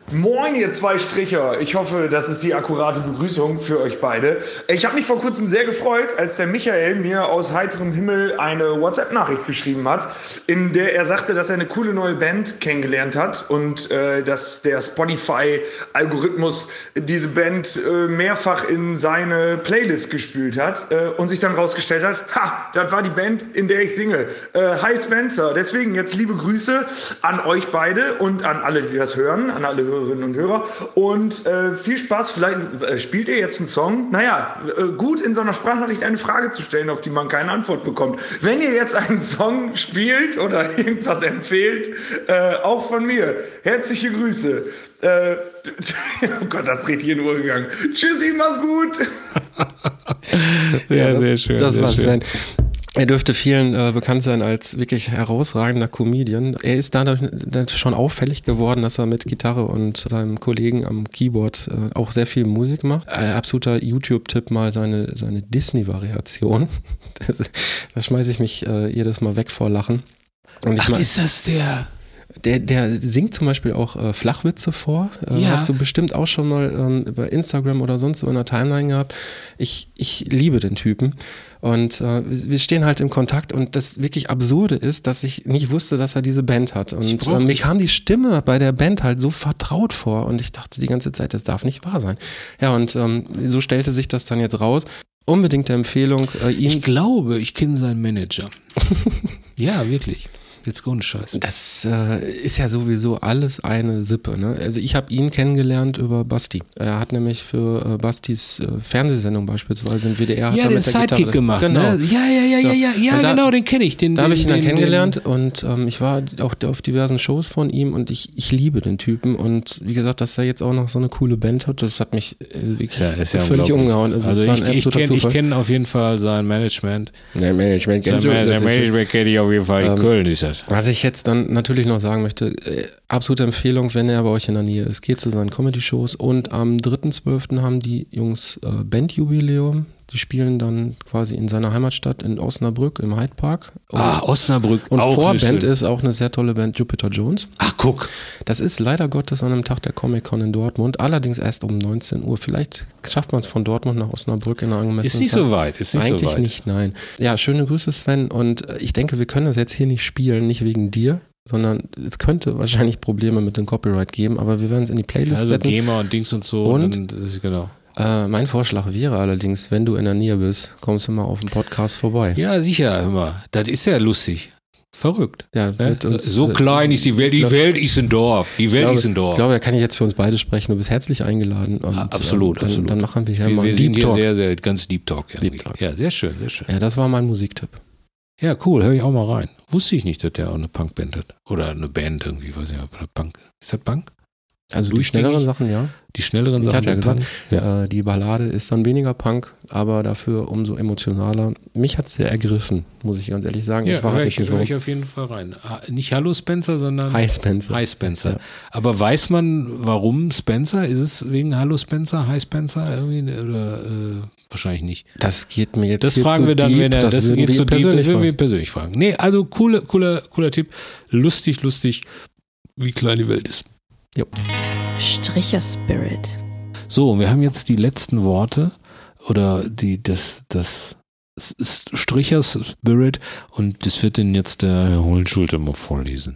Moin, ihr zwei Stricher. Ich hoffe, das ist die akkurate Begrüßung für euch beide. Ich habe mich vor kurzem sehr gefreut, als der Michael mir aus heiterem Himmel eine WhatsApp-Nachricht geschrieben hat, in der er sagte, dass er eine coole neue Band kennengelernt hat und äh, dass der Spotify-Algorithmus diese Band äh, mehrfach in seine Playlist gespült hat äh, und sich dann rausgestellt hat, ha, das war die Band, in der ich singe. Äh, hi Spencer. Deswegen jetzt liebe Grüße an euch beide und an alle, die das hören, an alle Hörerinnen und Hörer und äh, viel Spaß. Vielleicht äh, spielt ihr jetzt einen Song. Naja, äh, gut in so einer Sprachnachricht eine Frage zu stellen, auf die man keine Antwort bekommt. Wenn ihr jetzt einen Song spielt oder irgendwas empfehlt, äh, auch von mir, herzliche Grüße. Äh, oh Gott, das ist richtig in die Uhr gegangen. Tschüssi, mach's gut. Ja, ja, das, sehr schön. Das sehr war schön. Sven. Er dürfte vielen äh, bekannt sein als wirklich herausragender Comedian. Er ist dadurch schon auffällig geworden, dass er mit Gitarre und seinem Kollegen am Keyboard äh, auch sehr viel Musik macht. Äh, absoluter YouTube-Tipp mal seine, seine Disney-Variation. Da schmeiße ich mich äh, jedes Mal weg vor Lachen. Und ich Ach, mein, ist das der... Der, der singt zum Beispiel auch äh, Flachwitze vor. Äh, Ja. Hast du bestimmt auch schon mal ähm, über Instagram oder sonst so in der Timeline gehabt. Ich, ich liebe den Typen. Und äh, wir stehen halt im Kontakt und das wirklich Absurde ist, dass ich nicht wusste, dass er diese Band hat. Und brauch- äh, mir ich- kam die Stimme bei der Band halt so vertraut vor und ich dachte die ganze Zeit, das darf nicht wahr sein. Ja, und ähm, so stellte sich das dann jetzt raus. Unbedingte Empfehlung, äh, ihn. Ich glaube, ich kenne seinen Manager. Ja, wirklich. Jetzt ohne Scheiß. Das äh, ist ja sowieso alles eine Sippe. Ne? Also ich habe ihn kennengelernt über Basti. Er hat nämlich für äh, Bastis äh, Fernsehsendung beispielsweise im W D R hat Ja, er den mit der Sidekick Gitarre, gemacht. Genau. Ne? Ja, ja, ja, So. ja, ja, ja, Und da- genau, den kenne ich. Den, Da habe den, ich ihn dann den, kennengelernt und ähm, ich war auch auf diversen Shows von ihm und ich, ich liebe den Typen und wie gesagt, dass er jetzt auch noch so eine coole Band hat, das hat mich äh, wirklich Ja, ist ja völlig unglaublich. umgehauen. Also, Also es war ich, ein ich absoluter kenne ich Zufall. kenn auf jeden Fall sein Management. Nee, Management Sein, kennt schon, das sein ist- Management kenne ich auf jeden Fall. In Ähm, Köln ist das. Was ich jetzt dann natürlich noch sagen möchte, äh, absolute Empfehlung, wenn er bei euch in der Nähe ist, geht zu seinen Comedy-Shows und am dritten zwölften haben die Jungs äh, Bandjubiläum. Die spielen dann quasi in seiner Heimatstadt in Osnabrück im Hyde Park. Und, Ah, Osnabrück. und auch eine Vorband schöne- ist auch eine sehr tolle Band, Jupiter Jones. Ach, guck. Das ist leider Gottes an einem Tag der Comic-Con in Dortmund, allerdings erst um neunzehn Uhr. Vielleicht schafft man es von Dortmund nach Osnabrück in einer angemessenen Ist nicht Zeit. so weit. Ist nicht Eigentlich so weit. nicht, nein. Ja, schöne Grüße, Sven. Und äh, ich denke, wir können das jetzt hier nicht spielen, nicht wegen dir, sondern es könnte wahrscheinlich Probleme mit dem Copyright geben, aber wir werden es in die Playlist Also setzen. GEMA und Dings und so. Und? Und das ist, genau. Äh, mein Vorschlag wäre allerdings, wenn du in der Nähe bist, kommst du mal auf den Podcast vorbei. Ja, sicher, immer. Das ist ja lustig. Verrückt. Ja, Ne? wird uns, So äh, klein ist die Welt. Die glaub- Welt ist ein Dorf. Die Welt Ich ist ein glaube, Dorf. ich glaube, da kann ich jetzt für uns beide sprechen. Du bist herzlich eingeladen. Und, Ah, absolut, ähm, dann, absolut. Dann machen wir hier wir mal wir einen sind Deep hier Talk. sehr, sehr, ganz Deep Talk irgendwie. Deep Talk. Ja, sehr schön, sehr schön. Ja, das war mein Musiktipp. Ja, cool. Hör ich auch mal rein. Wusste ich nicht, dass der auch eine Punkband hat. Oder eine Band irgendwie. Weiß nicht, ob das Punk. Ist das Punk? Also die Durchgängig? schnelleren Sachen, ja. Die schnelleren Ich Sachen. hatte ja sind gesagt, Punk? Ja. äh, die Ballade ist dann weniger Punk, aber dafür umso emotionaler. Mich hat es sehr ergriffen, muss ich ganz ehrlich sagen. Ja, ich war hör halt ich, nicht hör ich so. auf jeden Fall rein. Ah, Nicht Hallo Spencer, sondern Hi Spencer. Hi Spencer. Ja. Aber weiß man, warum Spencer? Ist es wegen Hallo Spencer, Hi Spencer? Irgendwie, oder äh, wahrscheinlich nicht. Das geht mir jetzt Das hier fragen zu wir dann, deep, wenn er das, das würden geht wir zu ihn deep, das persönlich würden wir fragen. ihn persönlich fragen. Nee, also cooler, cooler, cooler Tipp. Lustig, lustig, wie klein die Welt ist. Stricher-Spirit. So, wir haben jetzt die letzten Worte oder die, das, das Strichers Spirit und das wird denn jetzt der Herr Hohenschulter mal vorlesen.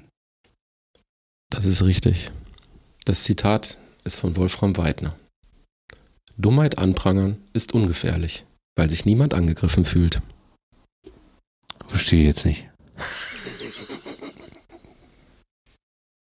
Das ist richtig. Das Zitat ist von Wolfram Weidner. Dummheit anprangern ist ungefährlich, weil sich niemand angegriffen fühlt. Verstehe jetzt nicht.